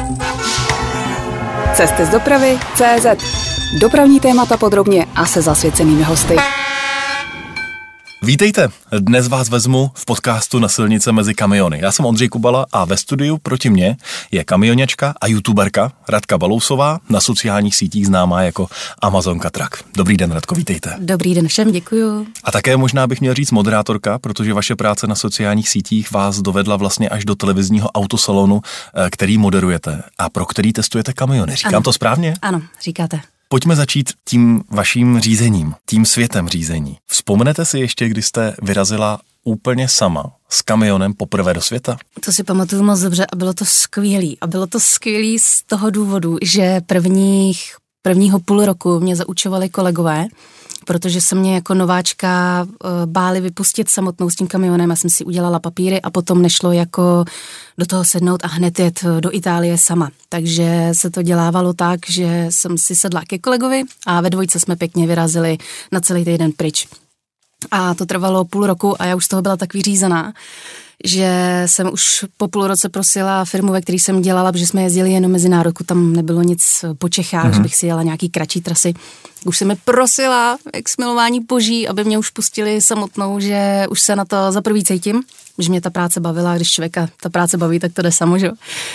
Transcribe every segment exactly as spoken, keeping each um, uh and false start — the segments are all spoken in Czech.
Cesty z dopravy tečka cé zet. Dopravní témata podrobně a se zasvěcenými hosty. Vítejte, dnes vás vezmu v podcastu Na silnice mezi kamiony. Já jsem Ondřej Kubala a ve studiu proti mně je kamioněčka a youtuberka Radka Balousová, na sociálních sítích známá jako Amazonka Truck. Dobrý den, Radko, vítejte. Dobrý den všem, děkuju. A také možná bych měl říct moderátorka, protože vaše práce na sociálních sítích vás dovedla vlastně až do televizního autosalonu, který moderujete a pro který testujete kamiony. Říkám ano. To správně? Ano, říkáte. Pojďme začít tím vaším řízením, tím světem řízení. Vzpomenete si ještě, kdy jste vyrazila úplně sama s kamionem poprvé do světa? To si pamatuju moc dobře a bylo to skvělý. A bylo to skvělý z toho důvodu, že prvních, prvního půl roku mě zaučovali kolegové, protože se mě jako nováčka báli vypustit samotnou s tím kamionem. Já jsem si udělala papíry a potom nešlo jako do toho sednout a hned jet do Itálie sama. Takže se to dělávalo tak, že jsem si sedla ke kolegovi a ve dvojce jsme pěkně vyrazili na celý týden pryč. A to trvalo půl roku a já už z toho byla tak vyřízená, že jsem už po půl roce prosila firmu, ve které jsem dělala, protože jsme jezdili jenom mezinárodku, tam nebylo nic po Čechách, mm-hmm. že bych si jela nějaký kratší trasy. Už jsem mi prosila, jak smilování boží, aby mě už pustili samotnou, že už se na to za prvý cítím, že mě ta práce bavila, když člověka ta práce baví, tak to jde samo, že?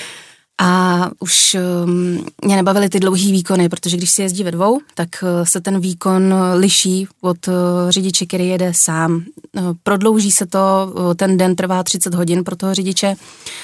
A už um, mě nebavily ty dlouhý výkony, protože když si jezdí ve dvou, tak uh, se ten výkon liší od uh, řidiče, který jede sám. Uh, prodlouží se to, uh, ten den trvá třicet hodin pro toho řidiče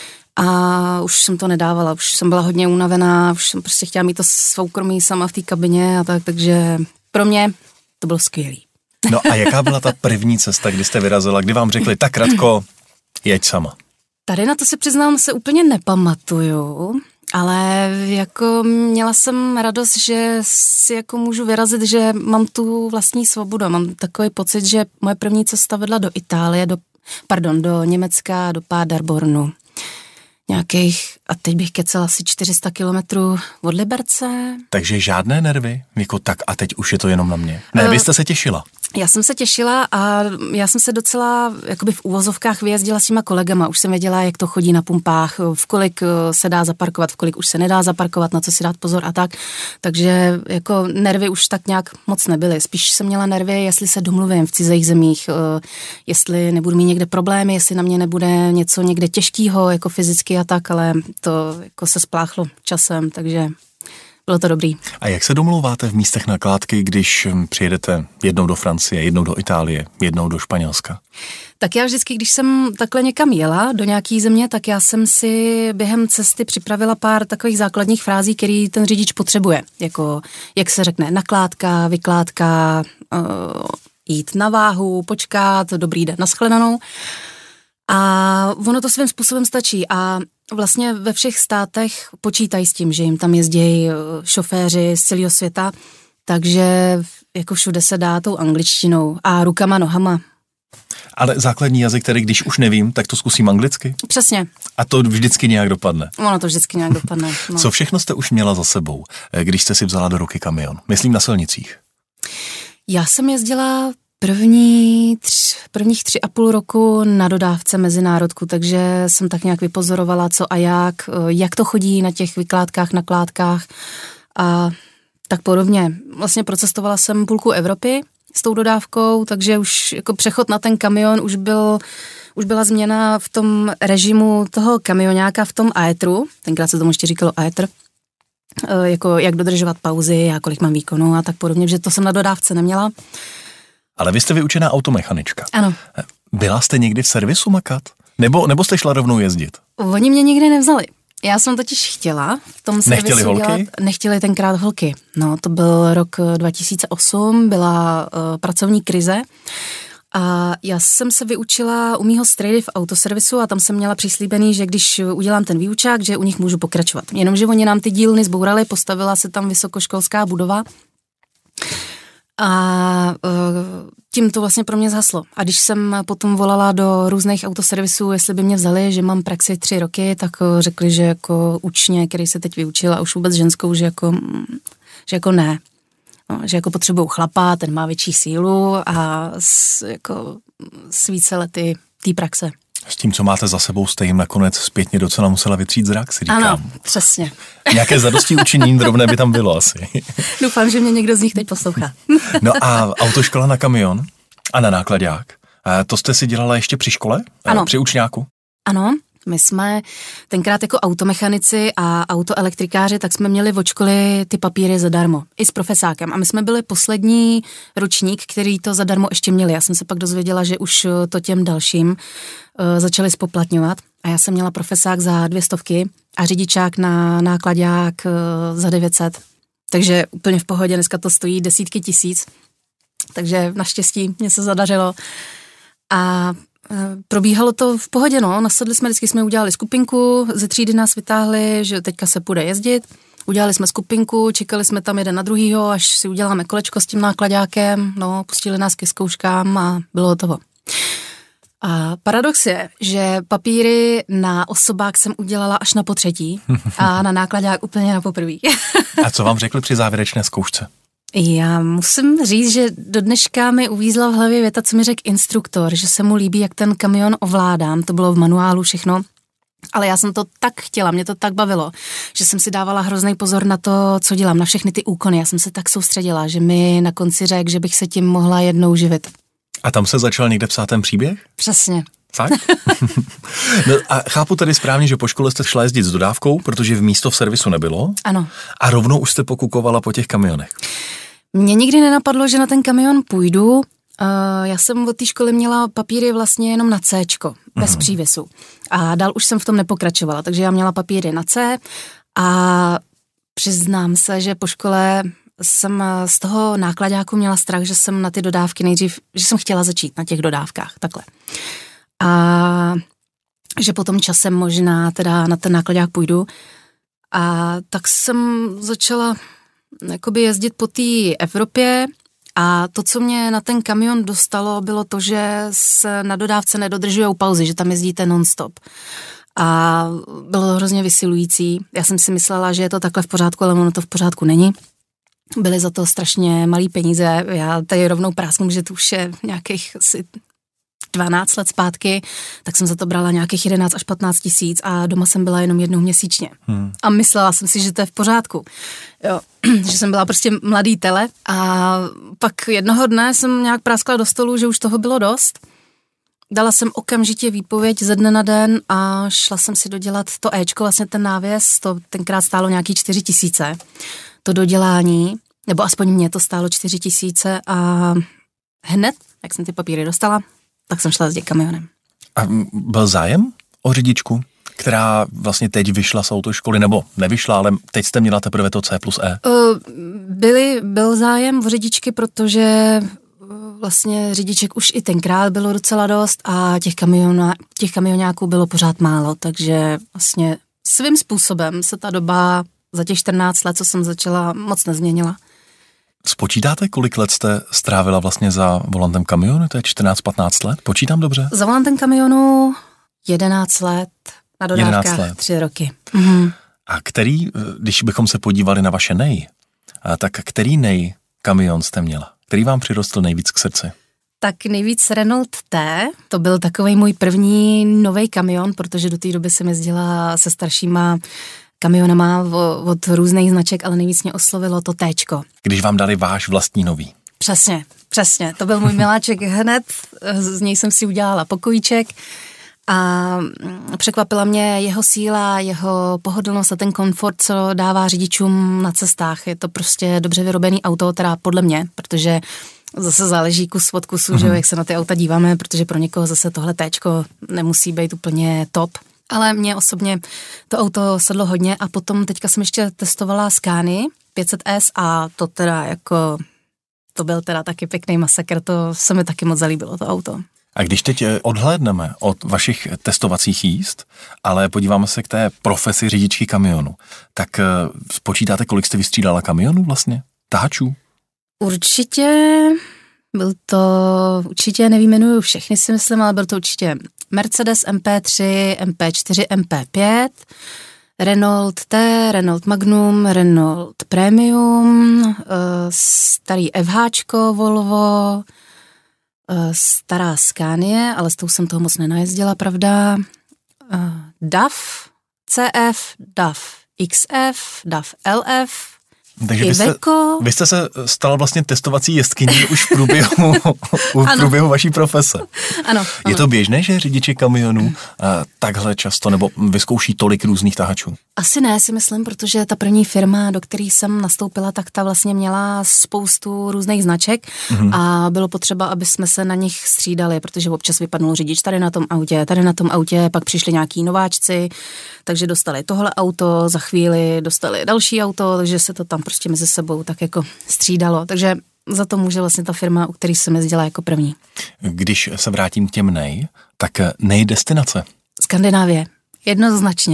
a už jsem to nedávala, už jsem byla hodně unavená, už jsem prostě chtěla mít to soukromí sama v té kabině a tak, takže pro mě to bylo skvělý. No a jaká byla ta první cesta, kdy jste vyrazila, kdy vám řekli, tak Radko, jeď sama? Tady na to se přiznám, se úplně nepamatuju, ale jako měla jsem radost, že si jako můžu vyrazit, že mám tu vlastní svobodu. Mám takový pocit, že moje první cesta vedla do Itálie, do, pardon, do Německa, do Paderbornu. Nějakých, a teď bych kecela asi čtyři sta kilometrů od Liberce. Takže žádné nervy? Jako tak a teď už je to jenom na mě. Ne, vy jste se těšila. Já jsem se těšila a já jsem se docela jakoby v úvozovkách vyjezdila s těma kolegama. Už jsem věděla, jak to chodí na pumpách, v kolik se dá zaparkovat, v kolik už se nedá zaparkovat, na co si dát pozor a tak. Takže jako nervy už tak nějak moc nebyly. Spíš jsem měla nervy, jestli se domluvím v cizích zemích, jestli nebudu mít někde problémy, jestli na mě nebude něco někde těžkýho, jako fyzicky a tak, ale to jako se spláchlo časem, takže bylo to dobrý. A jak se domlouváte v místech nakládky, když přijedete jednou do Francie, jednou do Itálie, jednou do Španělska? Tak já vždycky, když jsem takhle někam jela do nějaký země, tak já jsem si během cesty připravila pár takových základních frází, který ten řidič potřebuje. Jako, jak se řekne, nakládka, vykládka, uh, jít na váhu, počkat, dobrý den, nashledanou. A ono to svým způsobem stačí a vlastně ve všech státech počítají s tím, že jim tam jezdí šoféři z celého světa, takže jako všude se dá tou angličtinou a rukama, nohama. Ale základní jazyk, který když už nevím, tak to zkusím anglicky? Přesně. A to vždycky nějak dopadne? Ono to vždycky nějak dopadne. No. Co všechno jste už měla za sebou, když jste si vzala do ruky kamion? Myslím na silnicích. Já jsem jezdila První tři, prvních tři a půl roku na dodávce mezinárodku, takže jsem tak nějak vypozorovala, co a jak, jak to chodí na těch vykládkách, nakládkách a tak podobně. Vlastně procestovala jsem půlku Evropy s tou dodávkou, takže už jako přechod na ten kamion už byl, už byla změna v tom režimu toho kamionáka v tom aetru, tenkrát se tomu ještě říkalo aetr, jako jak dodržovat pauzy a kolik mám výkonu a tak podobně, že to jsem na dodávce neměla. Ale vy jste vyučená automechanička. Ano. Byla jste někdy v servisu makat? Nebo, nebo jste šla rovnou jezdit? Oni mě nikdy nevzali. Já jsem totiž chtěla v tom servisu Nechtěli holky? dělat. Nechtěli tenkrát holky. No, to byl rok dva tisíce osm, byla uh, pracovní krize a já jsem se vyučila u mýho strejdy v autoservisu a tam jsem měla přislíbený, že když udělám ten výučák, že u nich můžu pokračovat. Jenomže oni nám ty dílny zbourali, postavila se tam vysokoškolská budova a tím to vlastně pro mě zhaslo. A když jsem potom volala do různých autoservisů, jestli by mě vzali, že mám praxi tři roky, tak řekli, že jako učně, který se teď vyučila, a už vůbec ženskou, že jako, že jako ne. No, že jako potřebují chlapa, ten má větší sílu a s, jako s více lety té praxe. S tím, co máte za sebou, jste jim nakonec zpětně docela musela vytřít zrak, si říkám. Ano, přesně. Nějaké zadosti učinění drobné by tam bylo asi. Doufám, že mě někdo z nich teď poslouchá. No a autoškola na kamion a na nákladák. A to jste si dělala ještě při škole? Ano. Při učňáku? Ano, my jsme tenkrát jako automechanici a autoelektrikáři, tak jsme měli od školy ty papíry zadarmo, i s profesákem. A my jsme byli poslední ročník, který to zadarmo ještě měli. Já jsem se pak dozvěděla, že už to těm dalším uh, začali spoplatňovat. A já jsem měla profesák za dvě stovky a řidičák na nákladák uh, za devět set. Takže úplně v pohodě, dneska to stojí desítky tisíc. Takže naštěstí mě se zadařilo. A probíhalo to v pohodě, no. Nasedli jsme, vždycky jsme udělali skupinku, ze třídy nás vytáhli, že teďka se půjde jezdit. Udělali jsme skupinku, čekali jsme tam jeden na druhýho, až si uděláme kolečko s tím nákladákem, no, pustili nás ke zkouškám a bylo hotovo. A paradox je, že papíry na osobák jsem udělala až na potřetí a na nákladák úplně na poprvý. A co vám řekli při závěrečné zkoušce? Já musím říct, že do dneška mi uvízla v hlavě věta, co mi řekl instruktor, že se mu líbí, jak ten kamion ovládám, to bylo v manuálu všechno, ale já jsem to tak chtěla, mě to tak bavilo, že jsem si dávala hrozný pozor na to, co dělám, na všechny ty úkony, já jsem se tak soustředila, že mi na konci řekl, že bych se tím mohla jednou živit. A tam se začal někde psát ten příběh? Přesně. Fakt? No a chápu tady správně, že po škole jste šla jezdit s dodávkou, protože v místo v servisu nebylo? Ano. A rovnou už jste pokukovala po těch kamionech? Mně nikdy nenapadlo, že na ten kamion půjdu. Uh, já jsem od té školy měla papíry vlastně jenom na Cčko, bez mm. přívěsu. A dál už jsem v tom nepokračovala, takže já měla papíry na C a přiznám se, že po škole jsem z toho nákladáku měla strach, že jsem na ty dodávky nejdřív, že jsem chtěla začít na těch dodávkách, takhle. A že potom časem možná teda na ten nákladák půjdu. A tak jsem začala jakoby jezdit po té Evropě a to, co mě na ten kamion dostalo, bylo to, že se na dodávce nedodržujou pauzy, že tam jezdíte non-stop. A bylo to hrozně vysilující. Já jsem si myslela, že je to takhle v pořádku, ale ono to v pořádku není. Byly za to strašně malý peníze. Já tady rovnou prásknu, že to už je nějakých asi dvanáct let zpátky, tak jsem za to brala nějakých jedenáct až patnáct tisíc a doma jsem byla jenom jednou měsíčně. Hmm. A myslela jsem si, že to je v pořádku. Jo, že jsem byla prostě mladý tele a pak jednoho dne jsem nějak práskla do stolu, že už toho bylo dost. Dala jsem okamžitě výpověď ze dne na den a šla jsem si dodělat to Ečko, vlastně ten návěs, to tenkrát stálo nějaký čtyři tisíce. To dodělání, nebo aspoň mě to stálo čtyři tisíce a hned, jak jsem ty papíry dostala, tak jsem šla jezdit kamionem. A byl zájem o řidičku, která vlastně teď vyšla z autoškoly, nebo nevyšla, ale teď jste měla teprve to C plus E? Byly, byl zájem o řidičky, protože vlastně řidiček už i tenkrát bylo docela dost a těch, kamiona, těch kamionáků bylo pořád málo, takže vlastně svým způsobem se ta doba za těch čtrnáct let, co jsem začala, moc nezměnila. Spočítáte, kolik let jste strávila vlastně za volantem kamionu? To je čtrnáct patnáct let? Počítám dobře? Za volantem kamionu jedenáct let, na dodávkách tři roky. Mhm. A který, když bychom se podívali na vaše nej, tak který nej kamion jste měla? Který vám přirostl nejvíc k srdci? Tak nejvíc Renault T, to byl takovej můj první novej kamion, protože do té doby jsem jezdila se staršíma kamionama od různých značek, ale nejvíc mě oslovilo to Téčko. Když vám dali váš vlastní nový. Přesně, přesně. To byl můj miláček hned, z něj jsem si udělala pokojíček a překvapila mě jeho síla, jeho pohodlnost a ten komfort, co dává řidičům na cestách. Je to prostě dobře vyrobený auto, teda podle mě, protože zase záleží kus od kusu, mm-hmm. že jo, jak se na ty auta díváme, protože pro někoho zase tohle Téčko nemusí být úplně top. Ale mně osobně to auto sedlo hodně a potom teďka jsem ještě testovala Scanii pět set S a to teda jako, to byl teda taky pěkný masakr, to se mi taky moc zalíbilo, to auto. A když teď odhlédneme od vašich testovacích jízd, ale podíváme se k té profesi řidičky kamionu, tak spočítáte, kolik jste vystřídala kamionů vlastně? Tahačů? Určitě byl to, určitě nevyjmenuju všechny si myslím, ale byl to určitě Mercedes M P tři, M P čtyři, M P pět, Renault T, Renault Magnum, Renault Premium, starý FHčko, Volvo, stará Scania, ale s tou jsem toho moc nenajezdila, pravda. D A F, C F, D A F X F, D A F L F, Takže vy jste, vy jste se stala vlastně testovací jezdkyní už v průběhu, v průběhu vaší profese. Ano, ano. Je to běžné, že řidiči kamionů takhle často nebo vyzkouší tolik různých tahačů? Asi ne, si myslím, protože ta první firma, do které jsem nastoupila, tak ta vlastně měla spoustu různých značek mm-hmm. a bylo potřeba, aby jsme se na nich střídali, protože občas vypadnul řidič tady na tom autě, tady na tom autě, pak přišli nějaký nováčci, takže dostali tohle auto, za chvíli dostali další auto, takže se to tam prostě mezi sebou tak jako střídalo. Takže za to může vlastně ta firma, u který jsem jezdila jako první. Když se vrátím k těm nej, tak nej destinace? Skandinávie, jednoznačně.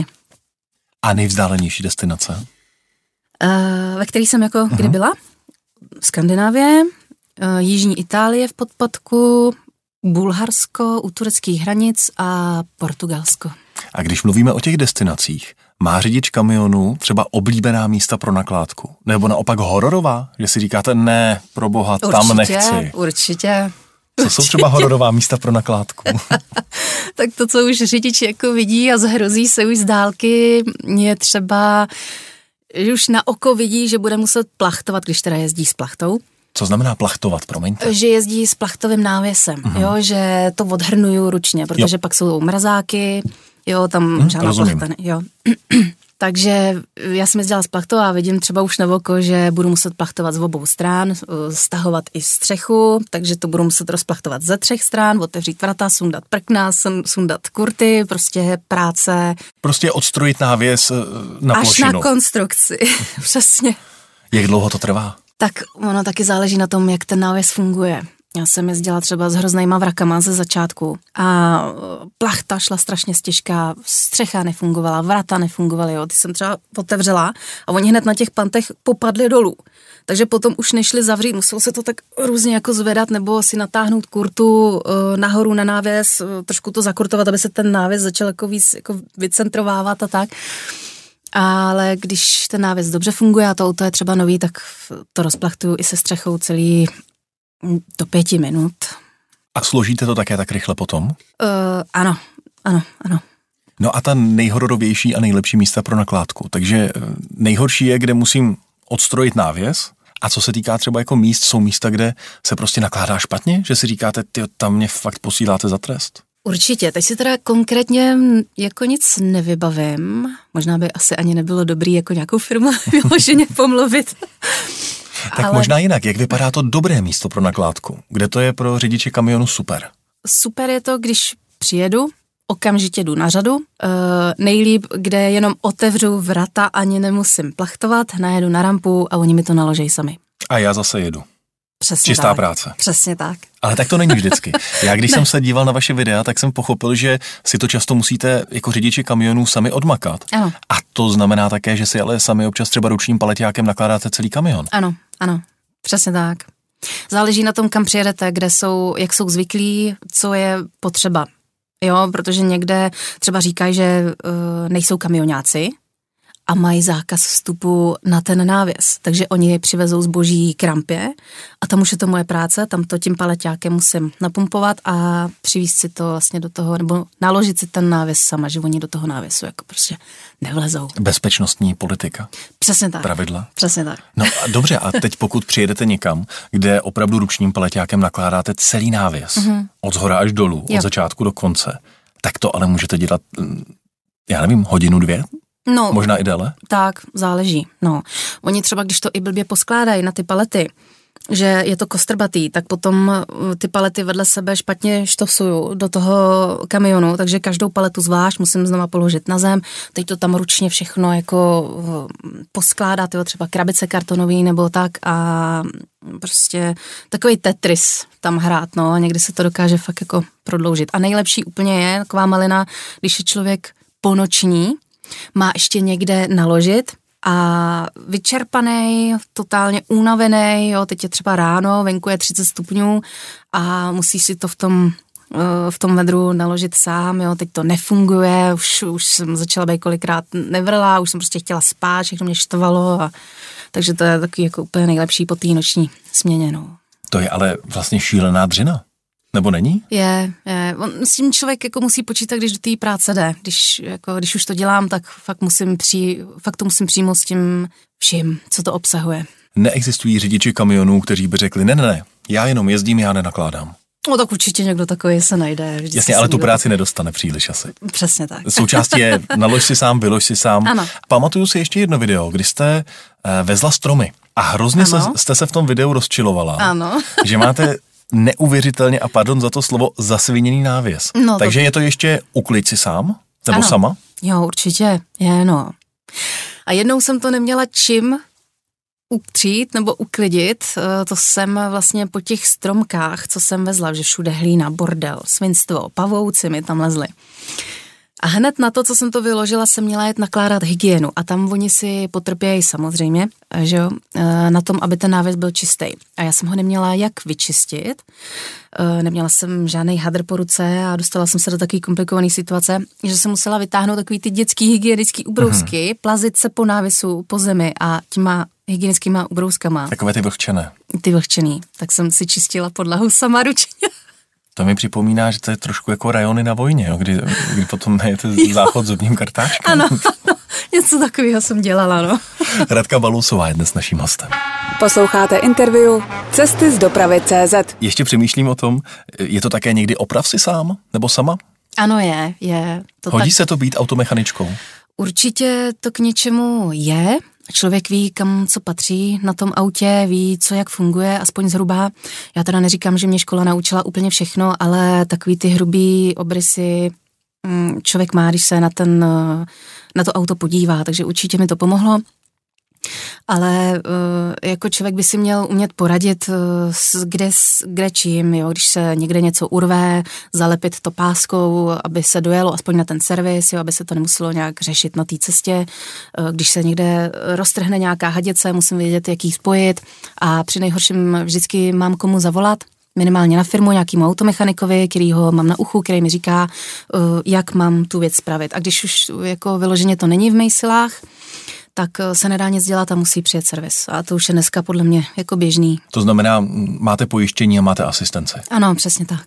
A nejvzdálenější destinace? Uh, ve který jsem jako uh-huh. kdy byla? Skandinávie, uh, jižní Itálie v podpadku, Bulharsko, u tureckých hranic a Portugalsko. A když mluvíme o těch destinacích, má řidič kamionu třeba oblíbená místa pro nakládku? Nebo naopak hororová? Že si říkáte, ne, pro boha, určitě, tam nechci. Určitě, Co jsou třeba hororová místa pro nakládku? Tak to, co už řidič jako vidí a zhrozí se už z dálky, je třeba, že už na oko vidí, že bude muset plachtovat, když teda jezdí s plachtou. Co znamená plachtovat, promiňte? Že jezdí s plachtovým návěsem, mm-hmm. jo, že to odhrnuju ručně, protože jo. pak jsou mrazáky, jo, tam hmm, žádná plachta, jo. Takže já jsem jezdila s plachtou a vidím třeba už na oko, že budu muset plachtovat z obou stran, stahovat i střechu, takže to budu muset rozplachtovat ze třech stran, otevřít vrata, sundat prkna, sundat kurty, prostě práce. Prostě odstrojit návěs na až plošinu. Až na konstrukci, přesně. Jak dlouho to trvá? Tak ono taky záleží na tom, jak ten návěs funguje. Já jsem jezdila třeba s hroznýma vrakama ze začátku a plachta šla strašně stěžká, střecha nefungovala, vrata nefungovaly, jo. Ty jsem třeba otevřela a oni hned na těch pantech popadli dolů. Takže potom už nešli zavřít, muselo se to tak různě jako zvedat nebo si natáhnout kurtu nahoru na návěs, trošku to zakurtovat, aby se ten návěs začal jako víc jako vycentrovávat a tak. Ale když ten návěs dobře funguje a to auto je třeba nový, tak to rozplachtuju i se střechou celý do pěti minut. A složíte to také tak rychle potom? Uh, ano, ano, ano. No a ta nejhororovější a nejlepší místa pro nakládku. Takže nejhorší je, kde musím odstrojit návěs. A co se týká třeba jako míst, jsou místa, kde se prostě nakládá špatně? Že si říkáte, ty tam mě fakt posíláte za trest? Určitě, teď si teda konkrétně jako nic nevybavím. Možná by asi ani nebylo dobrý jako nějakou firmu vyloženě pomluvit. Tak ale možná jinak, jak vypadá to dobré místo pro nakládku? Kde to je pro řidiče kamionu super? Super je to, když přijedu, okamžitě jdu na řadu. E, nejlíp, kde jenom otevřu vrata, ani nemusím plachtovat, najedu na rampu a oni mi to naložejí sami. A já zase jedu. Přesně Čistá tak. práce. Přesně tak. Ale tak to není vždycky. Já když jsem se díval na vaše videa, tak jsem pochopil, že si to často musíte jako řidiči kamionů sami odmakat. Ano. A to znamená také, že si ale sami občas třeba ručním paleťákem nakládáte celý kamion. Ano, ano. Přesně tak. Záleží na tom, kam přijedete, kde jsou, jak jsou zvyklí, co je potřeba. Jo, protože někde třeba říkají, že uh, nejsou kamionáci a mají zákaz vstupu na ten návěs. Takže oni přivezou zboží k rampě a tam už je to moje práce, tam to tím paleťákem musím napumpovat a přivízt si to vlastně do toho, nebo naložit si ten návěs sama, že oni do toho návěsu jako prostě nevlezou. Bezpečnostní politika. Přesně tak. Pravidla. Přesně tak. No a dobře, a teď pokud přijedete někam, kde opravdu ručním paleťákem nakládáte celý návěs, mm-hmm. od zhora až dolů, jo. od začátku do konce, tak to ale můžete dělat, já nevím, hodinu, dvě? No, možná i déle? Tak, záleží. No. Oni třeba, když to i blbě poskládají na ty palety, že je to kostrbatý, tak potom ty palety vedle sebe špatně štosuju do toho kamionu, takže každou paletu zvlášť musím znova položit na zem, teď to tam ručně všechno jako poskládat, jo, třeba krabice kartonový nebo tak a prostě takový Tetris tam hrát, no, a někdy se to dokáže fakt jako prodloužit. A nejlepší úplně je taková malina, když je člověk ponoční, má ještě někde naložit a vyčerpaný, totálně unavený, jo, teď je třeba ráno, venku je třicet stupňů a musíš si to v tom, v tom vedru naložit sám, jo, teď to nefunguje, už, už jsem začala být kolikrát nevrlá, už jsem prostě chtěla spát, všechno mě štvalo, a, takže to je takový jako úplně nejlepší po té noční směně, no. To je ale vlastně šílená dřina. Nebo není? Je, je. On, s tím člověk jako musí počítat, když do té práce jde. Když, jako, když už to dělám, tak fakt, musím při, fakt to musím přijmout s tím vším, co to obsahuje. Neexistují řidiči kamionů, kteří by řekli, ne, ne, ne, já jenom jezdím, já nenakládám. No tak určitě někdo takový se najde. Vždycky Jasně, ale tu práci takový... nedostane příliš asi. Přesně tak. Součástí je nalož si sám, vylož si sám. Ano. Pamatuju si ještě jedno video, kdy jste uh, vezla stromy a hrozně se, jste se v tom videu rozčilovala. Ano. Že máte neuvěřitelně, a pardon za to slovo, zasviněný návěs. No, Takže to... je to ještě uklid si sám? Nebo ano. sama? Jo, určitě, je no. A jednou jsem to neměla čím utřít nebo uklidit, to jsem vlastně po těch stromkách, co jsem vezla, že všude hlína, bordel, svinstvo, pavouci mi tam lezli. A hned na to, co jsem to vyložila, jsem měla jet nakládat hygienu a tam oni si potrpějí samozřejmě, že jo, na tom, aby ten návěs byl čistý. A já jsem ho neměla jak vyčistit, neměla jsem žádný hadr po ruce a dostala jsem se do takové komplikované situace, že jsem musela vytáhnout takový ty dětský hygienický ubrousky, mm-hmm. plazit se po návěsu, po zemi a těma hygienickýma ubrouskama. Takové ty vlhčené. Ty vlhčený. Tak jsem si čistila podlahu sama ručně. To mi připomíná, že to je trošku jako rajony na vojně, jo? Kdy, kdy potom nejete záchod zubním kartáčkem. Ano, ano, něco takového jsem dělala, no. Radka Balousová je dnes naším hostem. Posloucháte interview Cesty z dopravy tečka cé zet. Ještě přemýšlím o tom, je to také někdy oprav si sám nebo sama? Ano, je, je. To Hodí tak... se to být automechaničkou? Určitě to k něčemu je. Člověk ví, kam co patří na tom autě, ví, co jak funguje, aspoň zhruba. Já teda neříkám, že mě škola naučila úplně všechno, ale takový ty hrubý obrysy člověk má, když se na, ten, na to auto podívá, takže určitě mi to pomohlo. Ale jako člověk by si měl umět poradit, kde, kde čím, jo? Když se někde něco urve, zalepit to páskou, aby se dojelo aspoň na ten servis, jo? Aby se to nemuselo nějak řešit na té cestě. Když se někde roztrhne nějaká hadice, musím vědět, jak ji spojit a při nejhorším vždycky mám komu zavolat, minimálně na firmu, nějakýmu automechanikovi, který ho mám na uchu, který mi říká, jak mám tu věc spravit. A když už jako vyloženě to není v mých silách, tak se nedá nic dělat a musí přijet servis. A to už je dneska podle mě jako běžný. To znamená, máte pojištění a máte asistenci. Ano, přesně tak.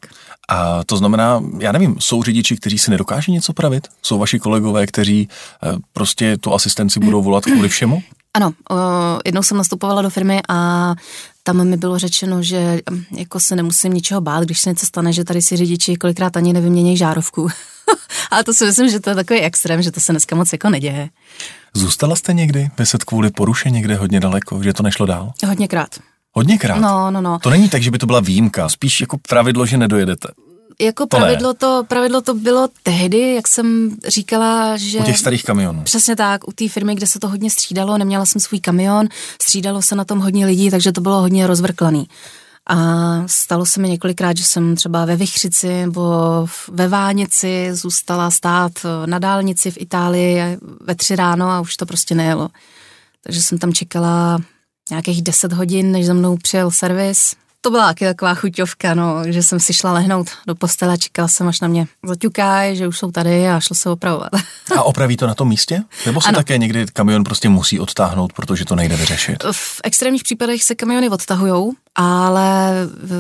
A to znamená, já nevím, jsou řidiči, kteří si nedokáží něco pravit? Jsou vaši kolegové, kteří prostě tu asistenci budou volat kvůli všemu? Ano, o, jednou jsem nastupovala do firmy a tam mi bylo řečeno, že jako se nemusím ničeho bát, když se něco stane, že tady si řidiči kolikrát ani nevyměnějí žárovku. Ale to si myslím, že to je takový extrém, že to se dneska moc jako neděje. Zůstala jste někdy vyset kvůli poruše někde hodně daleko, že to nešlo dál? Hodněkrát. Hodněkrát? No, no, no. To není tak, že by to byla výjimka, spíš jako pravidlo, že nedojedete. Jako to pravidlo to, pravidlo to bylo tehdy, jak jsem říkala, že... U těch starých kamionů. Přesně tak, u té firmy, kde se to hodně střídalo, neměla jsem svůj kamion, střídalo se na tom hodně lidí, takže to bylo hodně rozvrklaný. A stalo se mi několikrát, že jsem třeba ve Vichřici nebo ve Vánici zůstala stát na dálnici v Itálii ve tři ráno a už to prostě nejelo. Takže jsem tam čekala nějakých deset hodin, než za mnou přijel servis. To byla taky taková chuťovka, no, že jsem si šla lehnout do postele, čekala jsem, až na mě zaťukají, že už jsou tady a šlo se opravovat. A opraví to na tom místě? Nebo se ano. také někdy kamion prostě musí odtáhnout, protože to nejde vyřešit? V extrémních případech se kamiony odtahujou, ale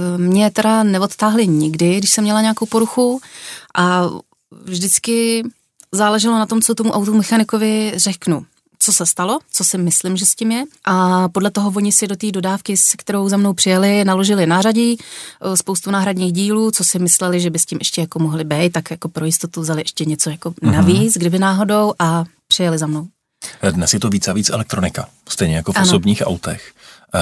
mě teda neodtáhly nikdy, když jsem měla nějakou poruchu a vždycky záleželo na tom, co tomu automechanikovi řeknu. Co se stalo, co si myslím, že s tím je. A podle toho oni si do té dodávky, s kterou za mnou přijeli, naložili nářadí, spoustu náhradních dílů, co si mysleli, že by s tím ještě jako mohli být, tak jako pro jistotu vzali ještě něco jako navíc, kdyby náhodou a přijeli za mnou. Dnes je to víc a víc elektronika, stejně jako v ano. osobních autech.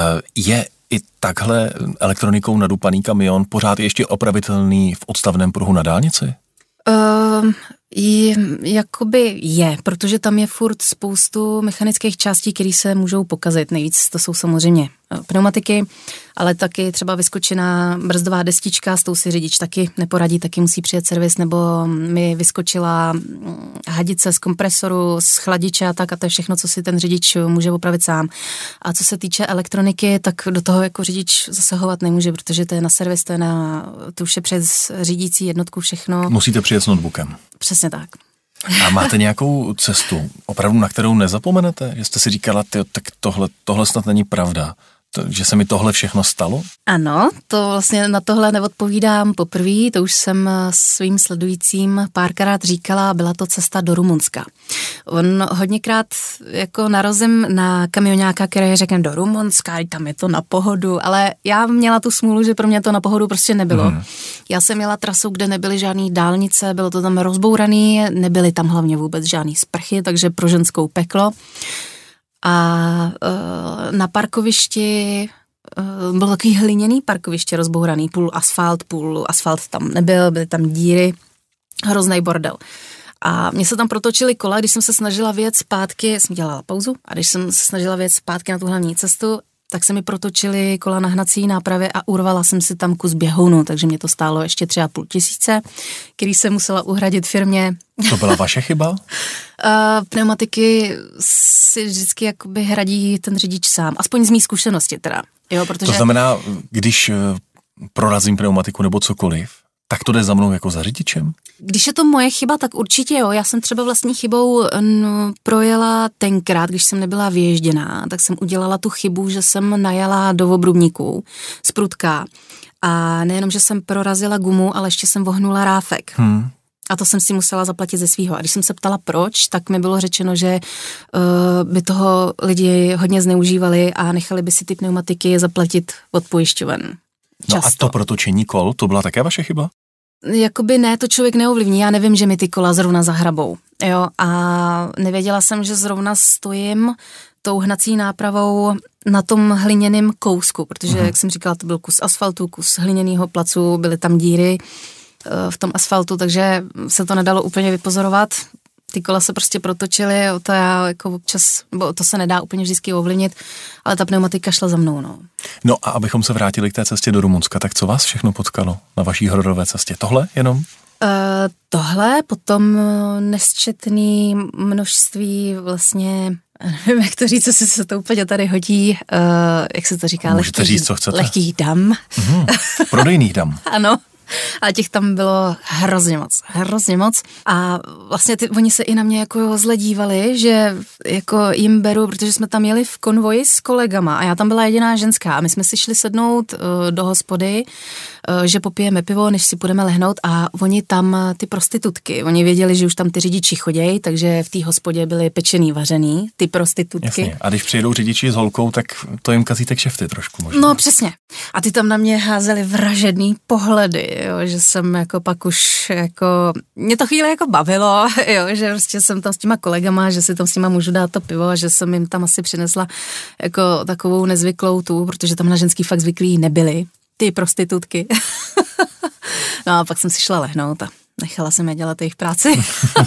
Je i takhle elektronikou nadupaný kamion pořád ještě opravitelný v odstavném pruhu na dálnici? Um, je, jakoby je, protože tam je furt spoustu mechanických částí, které se můžou pokazit. Nejvíc to jsou samozřejmě pneumatiky, ale taky třeba vyskočená brzdová destička, s tou si řidič taky neporadí, taky musí přijet servis, nebo mi vyskočila hadice z kompresoru, z chladiče a tak a to je všechno, co si ten řidič může opravit sám. A co se týče elektroniky, tak do toho jako řidič zasahovat nemůže, protože to je na servis, to je na, to už je přes řídící jednotku všechno. Musíte přijet s notebookem. Přesně tak. A máte nějakou cestu, opravdu na kterou nezapomenete? Že jste si říkala, tyjo, tak tohle, tohle snad není pravda. to, že se mi tohle všechno stalo? Ano, to vlastně na tohle neodpovídám poprvé, to už jsem svým sledujícím párkrát říkala, byla to cesta do Rumunska. On hodněkrát jako narazím na kamionáka, který řekne do Rumunska, tam je to na pohodu, ale já měla tu smůlu, že pro mě to na pohodu prostě nebylo. Hmm. Já jsem měla trasu, kde nebyly žádný dálnice, bylo to tam rozbouraný, nebyly tam hlavně vůbec žádný sprchy, takže pro ženskou peklo. A e, na parkovišti e, byl takový hliněný parkoviště rozbouraný, půl asfalt, půl asfalt tam nebyl, byly tam díry, hrozný bordel. A mě se tam protočily kola, když jsem se snažila vyjet zpátky, jsem dělala pauzu, a když jsem se snažila vyjet zpátky na tu hlavní cestu, tak se mi protočily kola na hnací nápravě a urvala jsem si tam kus běhounu, takže mě to stálo ještě tři a půl tisíce, který jsem musela uhradit firmě. To byla vaše chyba? Uh, pneumatiky si vždycky jakoby hradí ten řidič sám, aspoň z mý zkušenosti teda. Jo, protože... To znamená, když prorazím pneumatiku nebo cokoliv, tak to jde za mnou jako za řidičem? Když je to moje chyba, tak určitě jo. Já jsem třeba vlastní chybou no, projela tenkrát, když jsem nebyla vyježděná, tak jsem udělala tu chybu, že jsem najela do obrubníků z prudka a nejenom, že jsem prorazila gumu, ale ještě jsem vohnula ráfek. Hmm. A to jsem si musela zaplatit ze svýho. A když jsem se ptala proč, tak mi bylo řečeno, že uh, by toho lidi hodně zneužívali a nechali by si ty pneumatiky zaplatit od pojišťoven. No a to protočení kol, to byla také vaše chyba? Jakoby ne, to člověk neovlivní, já nevím, že mi ty kola zrovna zahrabou, jo, a nevěděla jsem, že zrovna stojím tou hnací nápravou na tom hliněném kousku, protože, uh-huh. jak jsem říkala, to byl kus asfaltu, kus hliněného placu, byly tam díry uh, v tom asfaltu, takže se to nedalo úplně vypozorovat. Ty kola se prostě protočily, to já jako občas, nebo to se nedá úplně vždycky ovlivnit, ale ta pneumatika šla za mnou, no. No a abychom se vrátili k té cestě do Rumunska, tak co vás všechno potkalo na vaší hororové cestě? Tohle jenom? Uh, tohle, potom nesčetný množství vlastně, nevím, jak to říct, co se to úplně tady hodí, uh, jak se to říká, Můžete lehkých, říct, co chcete. lehkých dam. Mm, prodejných dam. Ano. A těch tam bylo hrozně moc, hrozně moc. A vlastně ty, oni se i na mě jako zle dívali, že jako jim beru, protože jsme tam jeli v konvoji s kolegama a já tam byla jediná ženská a my jsme si šli sednout uh, do hospody, uh, že popijeme pivo, než si půjdeme lehnout a oni tam, ty prostitutky, oni věděli, že už tam ty řidiči chodějí, takže v té hospodě byly pečený, vařený, ty prostitutky. Jasně. A když přijedou řidiči s holkou, tak to jim kazíte kšefty trošku možná. No přesně. A ty tam na mě házeli vražedný pohledy, jo, že jsem jako pak už jako, mě to chvíli jako bavilo, jo, že prostě jsem tam s těma kolegama, že si tam s nima můžu dát to pivo a že jsem jim tam asi přinesla jako takovou nezvyklou tu, protože tam na ženský fakt zvyklí nebyly, ty prostitutky. No a pak jsem si šla lehnout a nechala jsem je dělat jejich práci.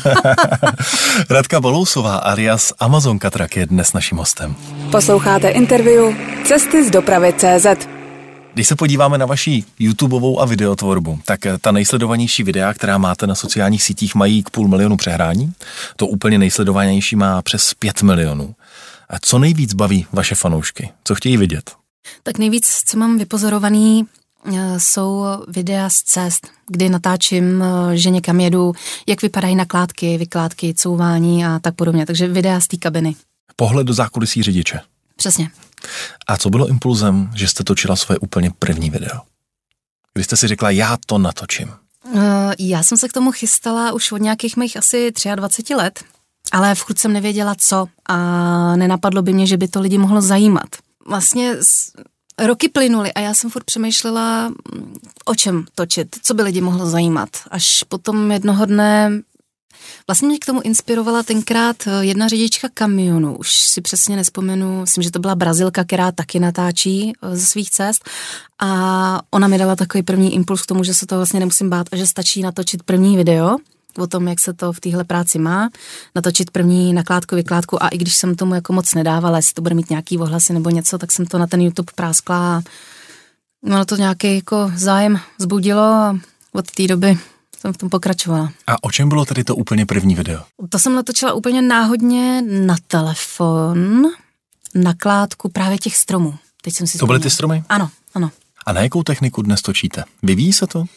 Radka Balousová alias Amazonka Truck je dnes naším hostem. Posloucháte interview Cesty z dopravy tečka cé zet. Když se podíváme na vaši YouTubeovou a videotvorbu, tak ta nejsledovanější videa, která máte na sociálních sítích, mají k půl milionu přehrání. To úplně nejsledovanější má přes pět milionů. A co nejvíc baví vaše fanoušky? Co chtějí vidět? Tak nejvíc, co mám vypozorovaný, jsou videa z cest, kdy natáčím, že někam jedu, jak vypadají nakládky, vykládky, couvání a tak podobně. Takže videa z té kabiny. Pohled do zákulisí řidiče. Přesně. A co bylo impulzem, že jste točila svoje úplně první video? Kdy jste si řekla, já to natočím? Uh, já jsem se k tomu chystala už od nějakých mých asi dvacet tři let, ale furt jsem nevěděla co a nenapadlo by mě, že by to lidi mohlo zajímat. Vlastně roky plynuly a já jsem furt přemýšlela, o čem točit, co by lidi mohlo zajímat. Až potom jednoho dne vlastně mě k tomu inspirovala tenkrát jedna řidička kamionu, už si přesně nespomenu, myslím, že to byla Brazilka, která taky natáčí ze svých cest a ona mi dala takový první impuls k tomu, že se toho vlastně nemusím bát a že stačí natočit první video o tom, jak se to v téhle práci má, natočit první nakládku, vykládku a i když jsem tomu jako moc nedávala, jestli to bude mít nějaký ohlasy nebo něco, tak jsem to na ten YouTube práskla a ono to nějaký jako zájem vzbudilo a od té doby jsem v tom pokračovala. A o čem bylo tedy to úplně první video? To jsem natočila úplně náhodně na telefon, nakládku právě těch stromů. Teď jsem si to byly ty stromy? Ano, ano. A na jakou techniku dnes točíte? Vyvíjí se to?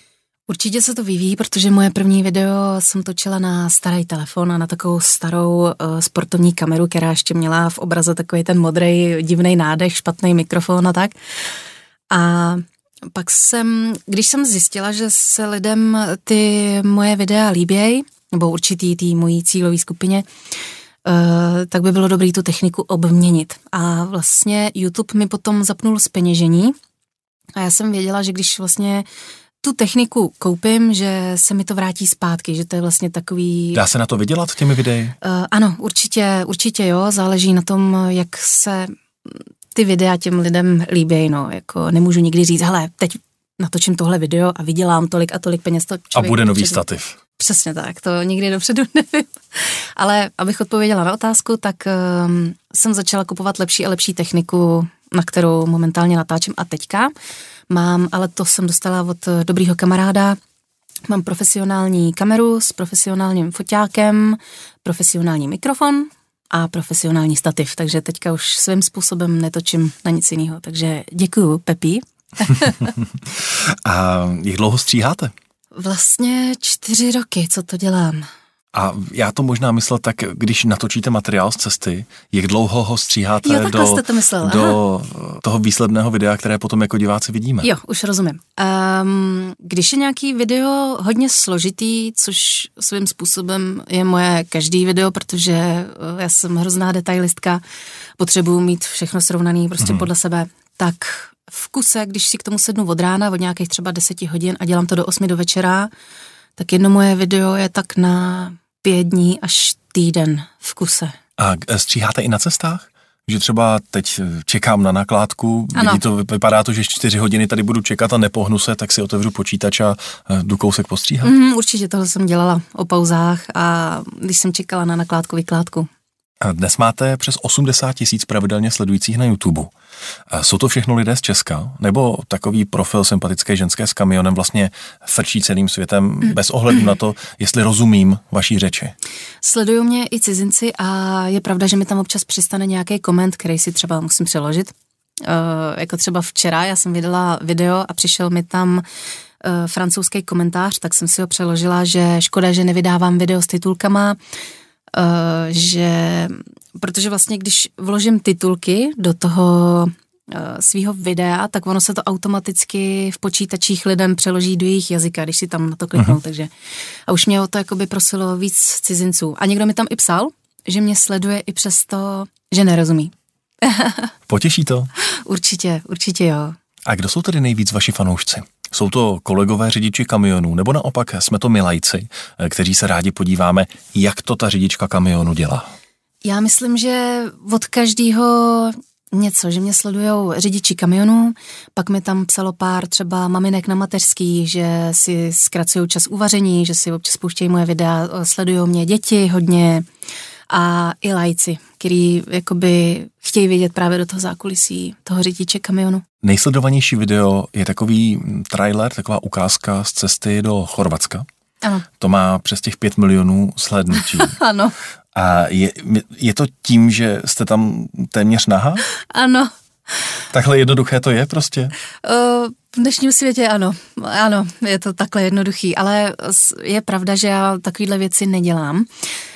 Určitě se to vyvíjí, protože moje první video jsem točila na starý telefon a na takovou starou uh, sportovní kameru, která ještě měla v obraze takový ten modrý divný nádech, špatný mikrofon a tak. A pak jsem, když jsem zjistila, že se lidem ty moje videa líbějí, nebo určitý tý mojí cílové skupině, uh, tak by bylo dobré tu techniku obměnit. A vlastně YouTube mi potom zapnul zpeněžení a já jsem věděla, že když vlastně tu techniku koupím, že se mi to vrátí zpátky, že to je vlastně takový... Dá se na to vydělat těmi videi? Uh, ano, určitě, určitě jo, záleží na tom, jak se ty videa těm lidem líbí, no, jako nemůžu nikdy říct, hele, teď natočím tohle video a vydělám tolik a tolik peněz. To a bude nový dopředu. Stativ. Přesně tak, to nikdy dopředu nevím. Ale abych odpověděla na otázku, tak um, jsem začala kupovat lepší a lepší techniku, na kterou momentálně natáčím a teďka. Mám, ale to jsem dostala od dobrýho kamaráda, mám profesionální kameru s profesionálním foťákem, profesionální mikrofon a profesionální stativ, takže teďka už svým způsobem netočím na nic jiného, takže děkuju, Pepi. A jak dlouho stříháte? Vlastně čtyři roky, co to dělám. A já to možná myslel tak, když natočíte materiál z cesty, jak dlouho ho stříháte jo, do, jste to myslel. do toho výsledného videa, které potom jako diváci vidíme. Jo, už rozumím. Um, když je nějaký video hodně složitý, což svým způsobem je moje každý video, protože já jsem hrozná detailistka, potřebuji mít všechno srovnaný prostě hmm. podle sebe, tak v kuse, když si k tomu sednu od rána, od nějakých třeba deseti hodin a dělám to do osmi do večera, tak jedno moje video je tak na pět dní až týden v kuse. A stříháte i na cestách? Že třeba teď čekám na nakládku, vidí to, vypadá to, že čtyři hodiny tady budu čekat a nepohnu se, tak si otevřu počítač a jdu kousek postříhat? Mm, určitě tohle jsem dělala o pauzách a když jsem čekala na nakládku, vykládku. A dnes máte přes osmdesát tisíc pravidelně sledujících na YouTube. A jsou to všechno lidé z Česka? Nebo takový profil sympatické ženské s kamionem vlastně frčí celým světem mm. bez ohledu na to, jestli rozumím vaší řeči? Sledují mě i cizinci a je pravda, že mi tam občas přistane nějaký koment, který si třeba musím přeložit. Uh, jako třeba včera, já jsem vydala video a přišel mi tam uh, francouzský komentář, tak jsem si ho přeložila, že škoda, že nevydávám video s titulkama, Uh, že, protože vlastně když vložím titulky do toho uh, svýho videa, tak ono se to automaticky v počítačích lidem přeloží do jejich jazyka, když si tam na to kliknou, uh-huh. takže a už mě o to jakoby prosilo víc cizinců. A někdo mi tam i psal, že mě sleduje i přesto, že nerozumí. Potěší to? Určitě, určitě jo. A kdo jsou tedy nejvíc vaši fanoušci? Jsou to kolegové řidiči kamionů, nebo naopak jsme to my lajci, kteří se rádi podíváme, jak to ta řidička kamionu dělá? Já myslím, že od každého něco, že mě sledujou řidiči kamionů, pak mi tam psalo pár třeba maminek na mateřský, že si zkracují čas uvaření, že si občas pouštějí moje videa, sledují mě děti hodně a i lajci, který jakoby chtějí vědět právě do toho zákulisí toho řidiče kamionu. Nejsledovanější video je takový trailer, taková ukázka z cesty do Chorvatska. Ano. To má přes těch pět milionů slednutí. Ano. A je, je to tím, že jste tam téměř nahá? Ano. Takhle jednoduché to je prostě? V dnešním světě ano. Ano, je to takhle jednoduchý, ale je pravda, že já takovýhle věci nedělám.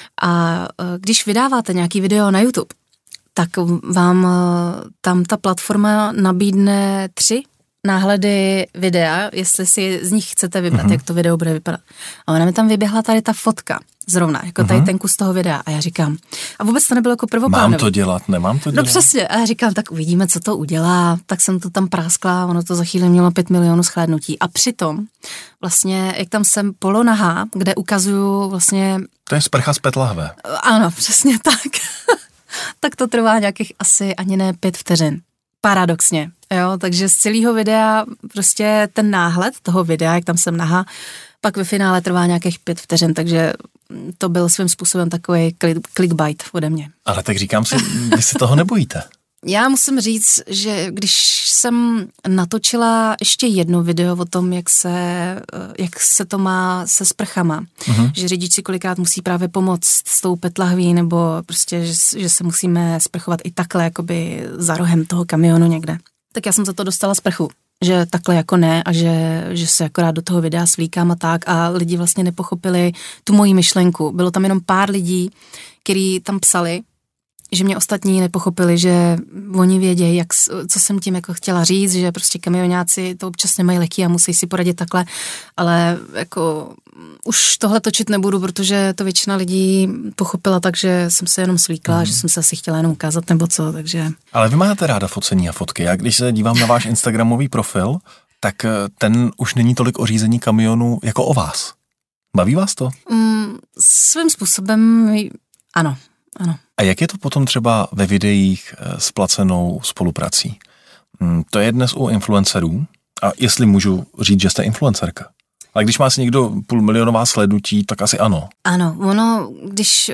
A když vydáváte nějaký video na YouTube, tak vám tam ta platforma nabídne tři náhledy videa, jestli si z nich chcete vybrat, uh-huh. jak to video bude vypadat. A ona mi tam vyběhla tady ta fotka zrovna, jako uh-huh. tady ten kus toho videa. A já říkám, a vůbec to nebylo jako prvoplánový. Mám to dělat, nemám to dělat? No přesně. A já říkám, tak uvidíme, co to udělá. Tak jsem to tam práskla, ono to za chvíli mělo pět milionů shlédnutí. A přitom vlastně, jak tam jsem polonahá, kde ukazuju vlastně... To je sprcha z PET-lahve. Ano, přesně tak. Tak to trvá nějakých asi ani ne pět vteřin. Paradoxně, jo, takže z celého videa prostě ten náhled toho videa, jak tam jsem nahá, pak ve finále trvá nějakých pět vteřin, takže to byl svým způsobem takový clickbait ode mě. Ale tak říkám si, vy se toho nebojíte? Já musím říct, že když jsem natočila ještě jedno video o tom, jak se, jak se to má se sprchama, uh-huh. že řidič si kolikrát musí právě pomoct s tou petlahví, nebo prostě, že, že se musíme sprchovat i takhle, jakoby za rohem toho kamionu někde. Tak já jsem za to dostala sprchu. že takhle jako ne a že, že se akorát do toho videa svlíkám a tak a lidi vlastně nepochopili tu moji myšlenku. Bylo tam jenom pár lidí, kteří tam psali, že mě ostatní nepochopili, že oni vědějí, jak, co jsem tím jako chtěla říct, že prostě kamionáci to občas nemají lehký a musí si poradit takhle, ale jako už tohle točit nebudu, protože to většina lidí pochopila tak, že jsem se jenom svlíkla, mm. že jsem se asi chtěla jenom ukázat nebo co, takže... Ale vy máte ráda focení a fotky. Já když se dívám na váš instagramový profil, tak ten už není tolik o řízení kamionu jako o vás. Baví vás to? Mm, svým způsobem ano. Ano. A jak je to potom třeba ve videích s placenou spoluprací? To je dnes u influencerů, a jestli můžu říct, že jste influencerka. A když má si někdo půlmilionová slednutí, tak asi ano. Ano, ono, když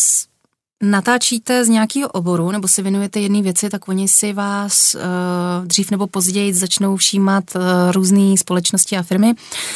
natáčíte z nějakého oboru nebo si věnujete jedné věci, tak oni si vás uh, dřív nebo později začnou všímat uh, různé společnosti a firmy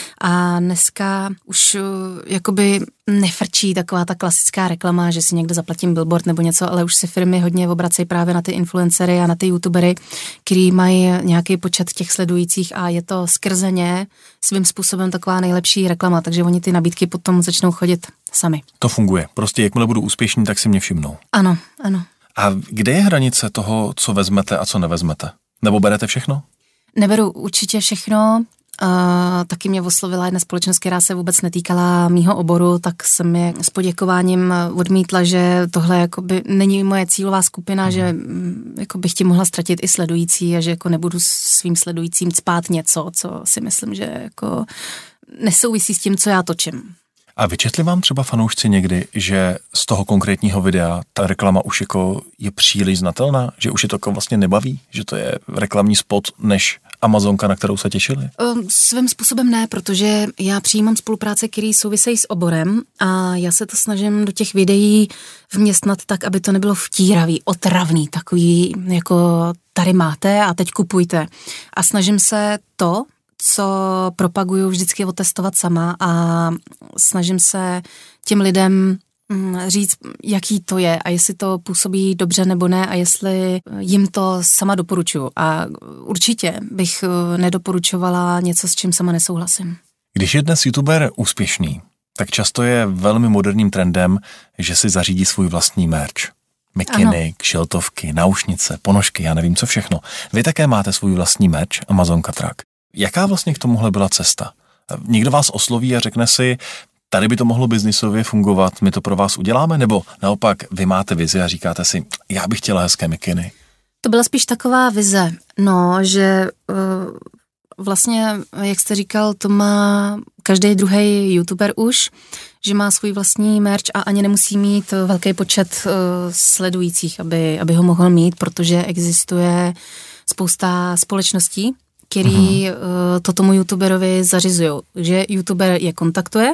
a dneska už uh, jakoby nefrčí taková ta klasická reklama, že si někde zaplatím billboard nebo něco, ale už si firmy hodně obracejí právě na ty influencery a na ty youtubery, který mají nějaký počet těch sledujících a je to skrze ně svým způsobem taková nejlepší reklama, takže oni ty nabídky potom začnou chodit sami. To funguje. Prostě jakmile budu úspěšný, tak si mě všimnou. Ano, ano. A kde je hranice toho, co vezmete a co nevezmete? Nebo berete všechno? Neberu určitě všechno. Uh, taky mě oslovila jedna společnost, která se vůbec netýkala mýho oboru, tak jsem je s poděkováním odmítla, že tohle jakoby není moje cílová skupina, mm. že jako bych ti mohla ztratit i sledující a že jako nebudu svým sledujícím cpát něco, co si myslím, že jako nesouvisí s tím, co já točím. A vyčetli vám třeba fanoušci někdy, že z toho konkrétního videa ta reklama už jako je příliš znatelná, že už je to jako vlastně nebaví, že to je reklamní spot než Amazonka, na kterou se těšili? Um, svým způsobem ne, protože já přijímám spolupráce, které souvisejí s oborem a já se to snažím do těch videí vměstnat tak, aby to nebylo vtíravý, otravný, takový jako tady máte a teď kupujte. A snažím se to, co propaguju, vždycky otestovat sama a snažím se těm lidem říct, jaký to je a jestli to působí dobře nebo ne a jestli jim to sama doporučuju. A určitě bych nedoporučovala něco, s čím sama nesouhlasím. Když je dnes youtuber úspěšný, tak často je velmi moderním trendem, že si zařídí svůj vlastní merch. Mikiny, kšiltovky, náušnice, ponožky, já nevím co všechno. Vy také máte svůj vlastní merch Amazonka Truck. Jaká vlastně k tomuhle byla cesta? Někdo vás osloví a řekne si, tady by to mohlo biznisově fungovat, my to pro vás uděláme, nebo naopak vy máte vizi a říkáte si, já bych chtěla hezké mikiny? To byla spíš taková vize, no, že uh, vlastně, jak jste říkal, to má každý druhý youtuber už, že má svůj vlastní merch a ani nemusí mít velký počet uh, sledujících, aby, aby ho mohl mít, protože existuje spousta společností, který uh-huh. uh, to tomu youtuberovi zařizují. Takže youtuber je kontaktuje,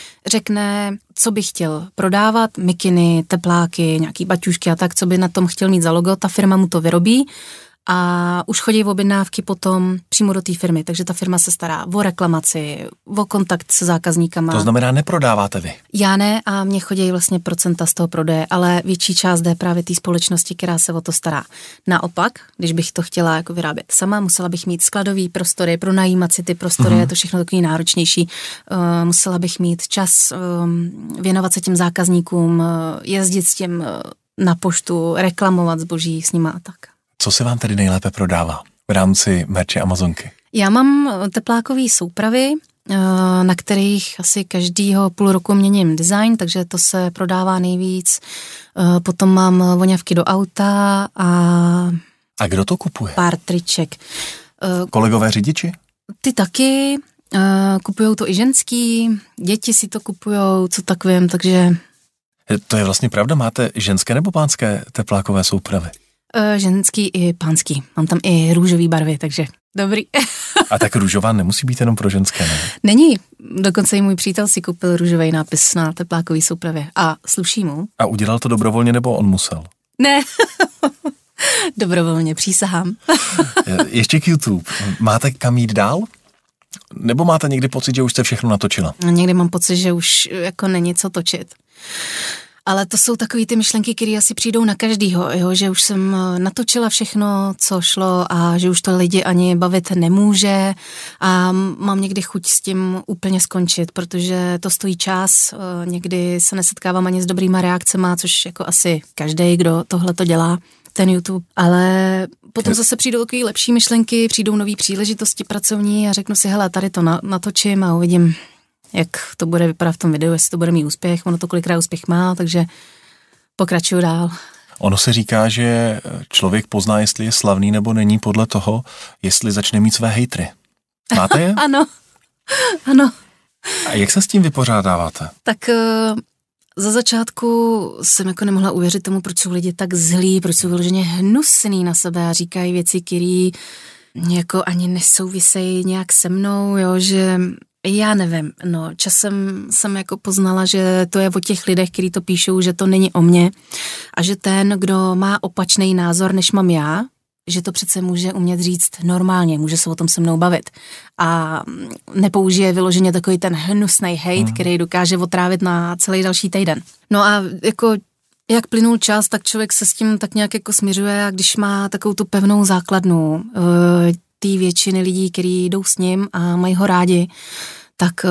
řekne, co by chtěl prodávat, mikiny, tepláky, nějaký baťušky a tak, co by na tom chtěl mít za logo, ta firma mu to vyrobí a už chodí v objednávky potom přímo do té firmy, takže ta firma se stará o reklamaci, o kontakt se zákazníkama. To znamená, neprodáváte vy? Já ne a mě chodí vlastně procenta z toho prodeje, ale větší část jde právě té společnosti, která se o to stará. Naopak, když bych to chtěla jako vyrábět sama, musela bych mít skladový prostory, pronajímat si ty prostory, uh-huh. je to všechno takový náročnější. Uh, musela bych mít čas um, věnovat se těm zákazníkům, uh, jezdit s tím uh, na poštu, reklamovat zboží s nima a tak. Co se vám tedy nejlépe prodává v rámci merče Amazonky? Já mám teplákové soupravy, na kterých asi každýho půl roku měním design, takže to se prodává nejvíc. Potom mám voňavky do auta a... A kdo to kupuje? Pár triček. Kolegové řidiči? Ty taky. Kupujou to i ženský, děti si to kupujou, co tak vím, takže... To je vlastně pravda, máte ženské nebo pánské teplákové soupravy? Ženský i pánský. Mám tam i růžový barvy, takže dobrý. A tak růžová nemusí být jenom pro ženské, ne? Není. Dokonce i můj přítel si koupil růžový nápis na teplákový soupravě. A sluší mu. A udělal to dobrovolně, nebo on musel? Ne. Dobrovolně, přísahám. Ještě k YouTube. Máte kam jít dál? Nebo máte někdy pocit, že už jste všechno natočila? Někdy mám pocit, že už jako není co točit. Ale to jsou takový ty myšlenky, které asi přijdou na každýho, jo? Že už jsem natočila všechno, co šlo a že už to lidi ani bavit nemůže a mám někdy chuť s tím úplně skončit, protože to stojí čas, někdy se nesetkávám ani s dobrýma reakcema, což jako asi každý, kdo tohle to dělá, ten YouTube, ale potom zase přijdou takové lepší myšlenky, přijdou nové příležitosti pracovní a řeknu si, hele, tady to natočím a uvidím, jak to bude vypadat v tom videu, jestli to bude mít úspěch, ono to kolikrát úspěch má, takže pokračuju dál. Ono se říká, že člověk pozná, jestli je slavný nebo není podle toho, jestli začne mít své hejtry. Máte je? Ano, ano. A jak se s tím vypořádáváte? Tak uh, za začátku jsem jako nemohla uvěřit tomu, proč jsou lidi tak zlí, proč jsou vyloženě hnusný na sebe a říkají věci, které jako ani nesouvisejí nějak se mnou, jo, že já nevím, no časem jsem jako poznala, že to je o těch lidech, kteří to píšou, že to není o mně a že ten, kdo má opačný názor, než mám já, že to přece může umět říct normálně, může se o tom se mnou bavit a nepoužije vyloženě takový ten hnusnej hejt, hmm. který dokáže otrávit na celý další týden. No a jako jak plynul čas, tak člověk se s tím tak nějak jako směřuje a když má takovou tu pevnou základnu uh, té většiny lidí, kteří jdou s ním a mají ho rádi, tak uh,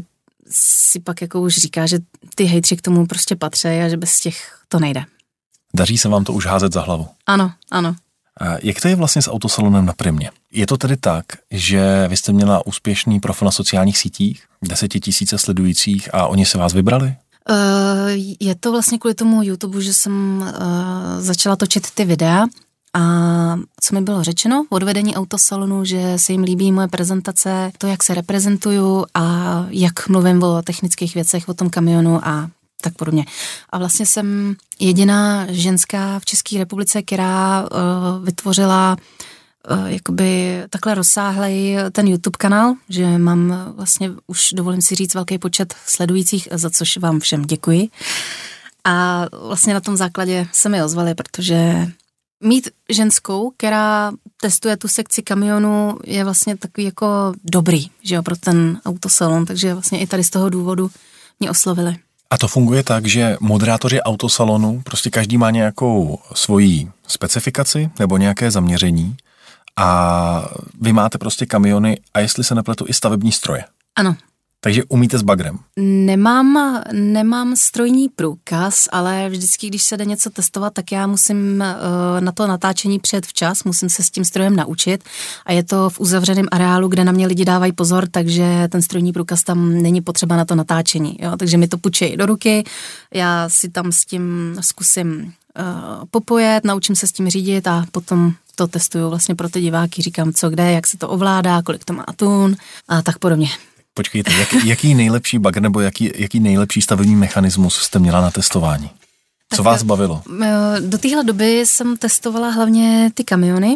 si pak jako už říká, že ty hejtři k tomu prostě patří a že bez těch to nejde. Daří se vám to už házet za hlavu? Ano, ano. A jak to je vlastně s autosalonem na Primě? Je to tedy tak, že vy jste měla úspěšný profil na sociálních sítích, desetitisíce sledujících a oni se vás vybrali? Uh, je to vlastně kvůli tomu YouTube, že jsem uh, začala točit ty videa a co mi bylo řečeno od vedení autosalonu, že se jim líbí moje prezentace, to, jak se reprezentuju a jak mluvím o technických věcech, o tom kamionu a tak podobně. A vlastně jsem jediná ženská v České republice, která uh, vytvořila uh, jakoby takhle rozsáhlej ten YouTube kanál, že mám vlastně už dovolím si říct velký počet sledujících, za což vám všem děkuji. A vlastně na tom základě se mi ozvali, protože mít ženskou, která testuje tu sekci kamionu, je vlastně takový jako dobrý, že jo, pro ten autosalon, takže vlastně i tady z toho důvodu mě oslovili. A to funguje tak, že moderátoři autosalonu, prostě každý má nějakou svoji specifikaci nebo nějaké zaměření a vy máte prostě kamiony a jestli se nepletu i stavební stroje. Ano. Takže umíte s bagrem? Nemám, nemám strojní průkaz, ale vždycky, když se jde něco testovat, tak já musím uh, na to natáčení přijet včas, musím se s tím strojem naučit a je to v uzavřeném areálu, kde na mě lidi dávají pozor, takže ten strojní průkaz tam není potřeba na to natáčení. Jo? Takže mi to půjčí do ruky, já si tam s tím zkusím uh, popojet, naučím se s tím řídit a potom to testuju vlastně pro ty diváky, říkám co kde, jak se to ovládá, kolik to má tun a tak podobně. Počkejte, jak, jaký nejlepší bagr nebo jaký, jaký nejlepší stavební mechanismus jste měla na testování? Co tak vás bavilo? Do téhle doby jsem testovala hlavně ty kamiony,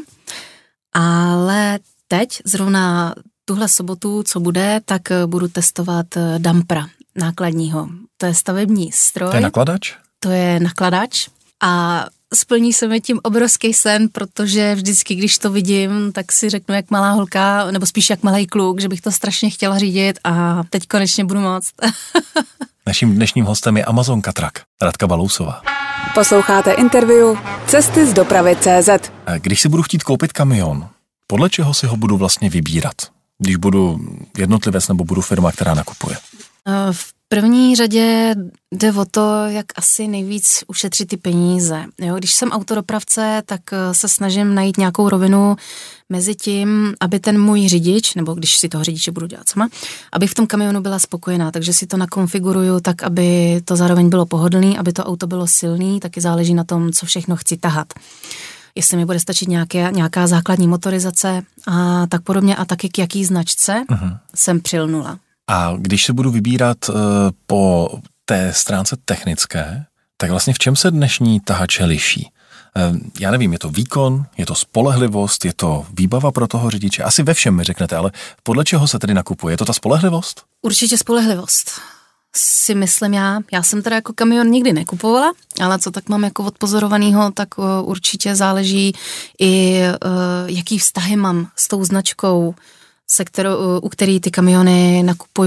ale teď zrovna tuhle sobotu, co bude, tak budu testovat dumpera nákladního. To je stavební stroj. To je nakladač? To je nakladač a splní se mi tím obrovský sen, protože vždycky, když to vidím, tak si řeknu jak malá holka, nebo spíš jak malý kluk, že bych to strašně chtěla řídit a teď konečně budu moct. Naším dnešním hostem je Amazonka Truck, Radka Balousová. Posloucháte interview Cesty z dopravy tečka cé zet. Když si budu chtít koupit kamion, podle čeho si ho budu vlastně vybírat? Když budu jednotlivec nebo budu firma, která nakupuje? V první řadě jde o to, jak asi nejvíc ušetřit ty peníze. Jo, když jsem autodopravce, tak se snažím najít nějakou rovinu mezi tím, aby ten můj řidič, nebo když si toho řidiče budu dělat sama, aby v tom kamionu byla spokojená, takže si to nakonfiguruju tak, aby to zároveň bylo pohodlný, aby to auto bylo silný, taky záleží na tom, co všechno chci tahat. Jestli mi bude stačit nějaké, nějaká základní motorizace a tak podobně a taky k jaký značce uh-huh. jsem přilnula. A když se budu vybírat uh, po té stránce technické, tak vlastně v čem se dnešní tahače liší? Uh, já nevím, je to výkon, je to spolehlivost, je to výbava pro toho řidiče? Asi ve všem mi řeknete, ale podle čeho se tedy nakupuje? Je to ta spolehlivost? Určitě spolehlivost. Si myslím já. Já jsem teda jako kamion nikdy nekupovala, ale co tak mám jako odpozorovanýho, tak uh, určitě záleží i uh, jaký vztahy mám s tou značkou, se kterou, u který ty kamiony nakupuju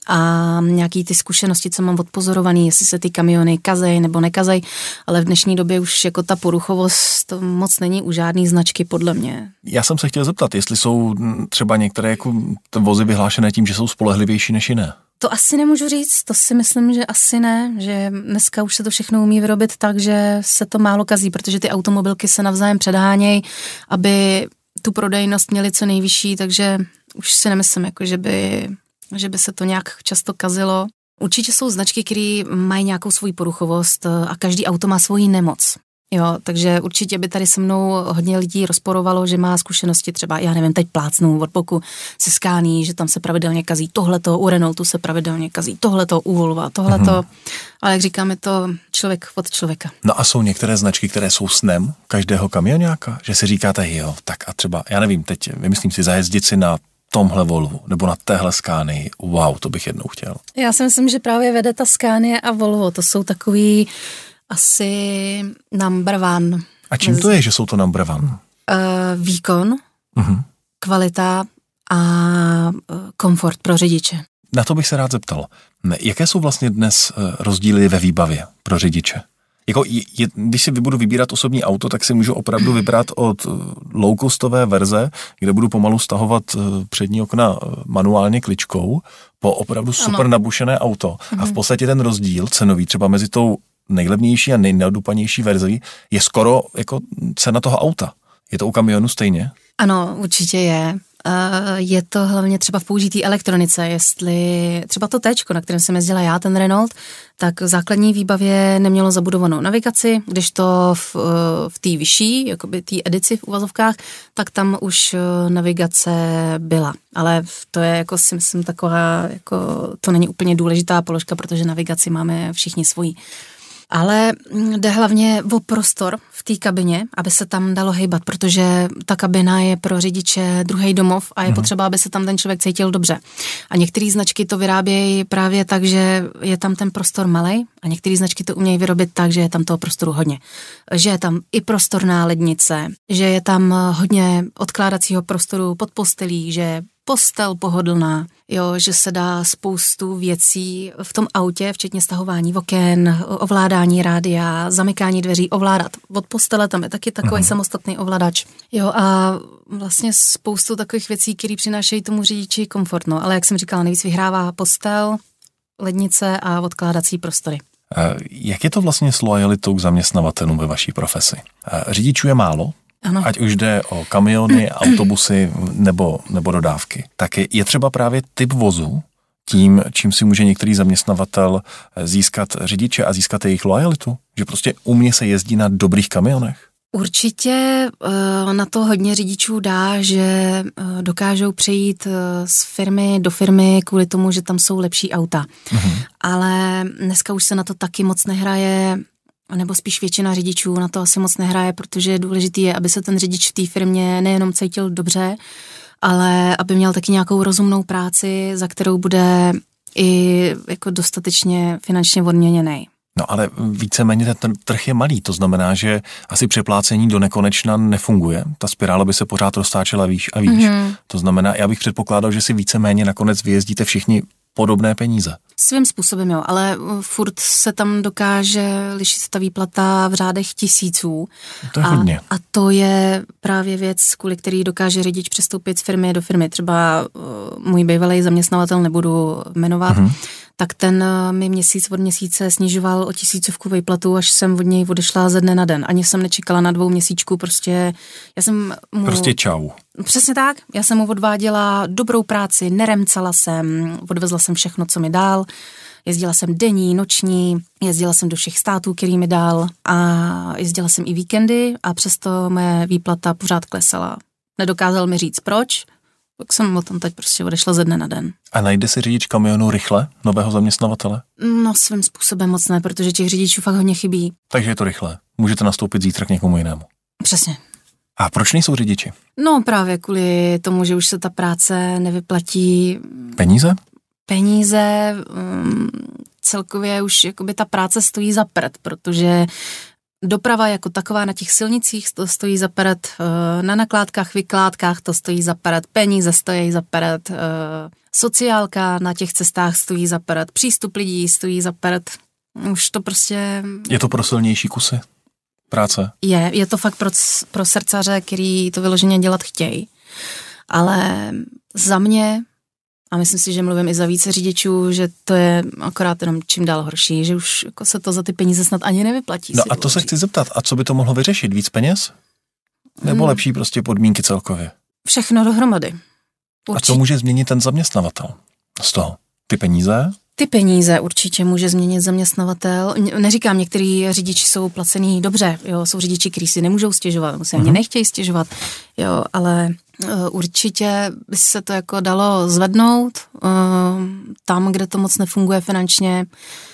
a nějaký ty zkušenosti, co mám odpozorovaný, jestli se ty kamiony kazej nebo nekazej, ale v dnešní době už jako ta poruchovost to moc není u žádný značky podle mě. Já jsem se chtěl zeptat, jestli jsou třeba některé jako vozy vyhlášené tím, že jsou spolehlivější než jiné. To asi nemůžu říct, to si myslím, že asi ne, že dneska už se to všechno umí vyrobit tak, že se to málo kazí, protože ty automobilky se navzájem předhánějí, aby tu prodejnost měli co nejvyšší, takže už si nemyslím, jako že by, že by se to nějak často kazilo. Určitě jsou značky, které mají nějakou svoji poruchovost a každý auto má svoji nemoc. Jo, takže určitě by tady se mnou hodně lidí rozporovalo, že má zkušenosti třeba, já nevím, teď plácnou od boku se Scanii, že tam se pravidelně kazí tohleto, u Renaultu se pravidelně kazí tohleto, u Volva tohleto, mm-hmm. ale jak říkám, je to člověk od člověka. No a jsou některé značky, které jsou snem každého kamionáka, že si říkáte, jo, tak a třeba, já nevím, teď vymyslím si zajezdit si na tomhle Volvu, nebo na téhle Scanii, wow, to bych jednou chtěl. Já si myslím, že právě vede ta Scania a Volvo, to jsou takový asi number one. A čím to je, že jsou to number one? Uh, výkon, uh-huh. kvalita a komfort pro řidiče. Na to bych se rád zeptal. Jaké jsou vlastně dnes rozdíly ve výbavě pro řidiče? Jako, je, když si budu vybírat osobní auto, tak si můžu opravdu vybrat od low-costové verze, kde budu pomalu stahovat přední okna manuálně kličkou, po opravdu super ano. nabušené auto. Uh-huh. A v podstatě ten rozdíl cenový třeba mezi tou nejlevnější a nejneodupanější verzí je skoro jako cena toho auta. Je to u kamionu stejně? Ano, určitě je. Je to hlavně třeba v použitý elektronice, jestli třeba to téčko, na kterém jsem jezdila já, ten Renault, tak v základní výbavě nemělo zabudovanou navigaci, když to v, v té vyšší, jakoby té edici v uvazovkách, tak tam už navigace byla. Ale to je jako si myslím taková, jako to není úplně důležitá položka, protože navigaci máme všichni svojí. Ale jde hlavně o prostor v té kabině, aby se tam dalo hejbat, protože ta kabina je pro řidiče druhý domov a je mm. potřeba, aby se tam ten člověk cítil dobře. A některé značky to vyrábějí právě tak, že je tam ten prostor malej a některé značky to umějí vyrobit tak, že je tam toho prostoru hodně. Že je tam i prostorná lednice, že je tam hodně odkládacího prostoru pod postelí, že postel pohodlná, jo, že se dá spoustu věcí v tom autě, včetně stahování oken, ovládání rádia, zamykání dveří, ovládat. Od postele tam je taky takový uh-huh. samostatný ovladač. Jo, a vlastně spoustu takových věcí, které přinášejí tomu řidiči komfort. No, ale jak jsem říkala, nejvíc vyhrává postel, lednice a odkládací prostory. Jak je to vlastně s lojalitou k zaměstnavatelům ve vaší profesi? Řidičů je málo? Ano. Ať už jde o kamiony, autobusy nebo, nebo dodávky. Tak je, je třeba právě typ vozu tím, čím si může některý zaměstnavatel získat řidiče a získat jejich lojalitu? Že prostě umí se jezdí na dobrých kamionech? Určitě na to hodně řidičů dá, že dokážou přejít z firmy do firmy kvůli tomu, že tam jsou lepší auta. Mhm. Ale dneska už se na to taky moc nehraje, nebo spíš většina řidičů na to asi moc nehraje, protože důležitý je, aby se ten řidič v té firmě nejenom cítil dobře, ale aby měl taky nějakou rozumnou práci, za kterou bude i jako dostatečně finančně odměněný. No ale víceméně ten trh je malý, to znamená, že asi přeplácení do nekonečna nefunguje. Ta spirála by se pořád roztáčela výš a výš. Mm-hmm. To znamená, já bych předpokládal, že si víceméně nakonec vyjezdíte všichni podobné peníze. Svým způsobem jo, ale furt se tam dokáže lišit ta výplata v řádech tisíců. To je a, hodně. A to je právě věc, kvůli který dokáže řidič přestoupit z firmy do firmy. Třeba uh, můj bývalý zaměstnavatel, nebudu jmenovat, mm-hmm. tak ten mi měsíc od měsíce snižoval o tisícovku výplatu, až jsem od něj odešla ze dne na den. Ani jsem nečekala na dvou měsíčku, prostě já jsem mu... Prostě čau. Přesně tak, já jsem mu odváděla dobrou práci, neremcala jsem, odvezla jsem všechno, co mi dal, jezdila jsem denní, noční, jezdila jsem do všech států, který mi dal a jezdila jsem i víkendy a přesto mé výplata pořád klesala. Nedokázal mi říct proč, tak jsem o tom teď prostě odešla ze dne na den. A najde si řidič kamionu rychle nového zaměstnavatele? No svým způsobem moc ne, protože těch řidičů fakt hodně chybí. Takže je to rychle. Můžete nastoupit zítra k někomu jinému. Přesně. A proč nejsou řidiči? No právě kvůli tomu, že už se ta práce nevyplatí. Peníze? Peníze, um, celkově už jakoby ta práce stojí za prd, protože doprava jako taková na těch silnicích, to stojí zapadat na nakládkách, vykládkách, to stojí zapadat peníze, stojí zapadat sociálka, na těch cestách stojí zapadat přístup lidí, stojí zapadat, už to prostě... Je to pro silnější kusy práce? Je, je to fakt pro, pro srdcaře, který to vyloženě dělat chtějí. Ale za mě, a myslím si, že mluvím i za více řidičů, že to je akorát jenom čím dál horší, že už jako se to za ty peníze snad ani nevyplatí. No a to se chci zeptat, a co by to mohlo vyřešit? Víc peněz? Nebo hmm. lepší prostě podmínky celkově? Všechno dohromady. Určitě. A co může změnit ten zaměstnavatel z toho? Ty peníze? Ty peníze určitě může změnit zaměstnavatel. Neříkám, některý řidiči jsou placený dobře, jo, jsou řidiči, kteří si nemůžou stěžovat, nebo si ani uh-huh. nechtějí stěžovat, jo, ale uh, určitě by se to jako dalo zvednout uh, tam, kde to moc nefunguje finančně,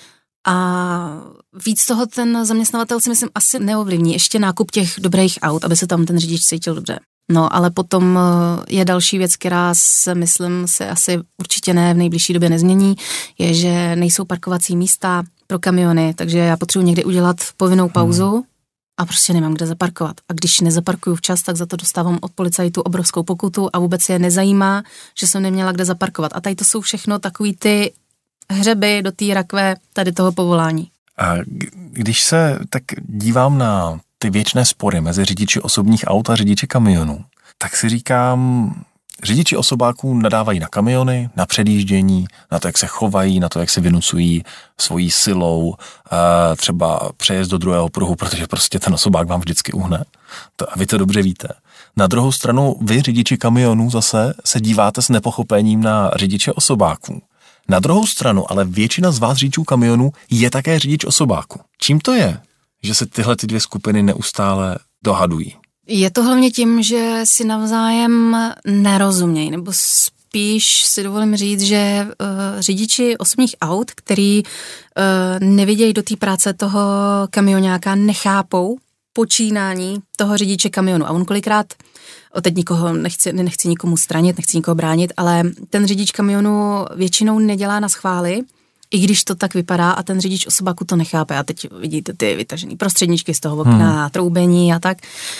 a víc toho ten zaměstnavatel si myslím asi neovlivní, ještě nákup těch dobrých aut, aby se tam ten řidič cítil dobře. No, ale potom je další věc, která se, myslím, se asi určitě ne v nejbližší době nezmění, je, že nejsou parkovací místa pro kamiony, takže já potřebuji někde udělat povinnou pauzu a prostě nemám kde zaparkovat. A když nezaparkuju včas, tak za to dostávám od policajtů obrovskou pokutu a vůbec je nezajímá, že jsem neměla kde zaparkovat. A tady to jsou všechno takový ty hřeby do té rakve tady toho povolání. A když se tak dívám na ty věčné spory mezi řidiči osobních aut a řidiči kamionů, tak si říkám, řidiči osobáků nadávají na kamiony, na předjíždění, na to, jak se chovají, na to, jak se vynucují svojí silou, třeba přejezd do druhého pruhu, protože prostě ten osobák vám vždycky uhne. To, a vy to dobře víte. Na druhou stranu, vy, řidiči kamionů, zase se díváte s nepochopením na řidiče osobáků. Na druhou stranu, ale většina z vás řidičů kamionů je také řidič osobáku. Čím to je, že se tyhle ty dvě skupiny neustále dohadují? Je to hlavně tím, že si navzájem nerozumějí, nebo spíš si dovolím říct, že uh, řidiči osobních aut, který uh, nevidějí do té práce toho kamionáka, nechápou počínání toho řidiče kamionu. A on kolikrát, teď nikoho nechci, nechci nikomu stranit, nechci nikoho bránit, ale ten řidič kamionu většinou nedělá na schvály, i když to tak vypadá, a ten řidič osobáku to nechápe. A teď vidíte ty vytažený prostředníčky z toho okna, hmm. troubení a tak.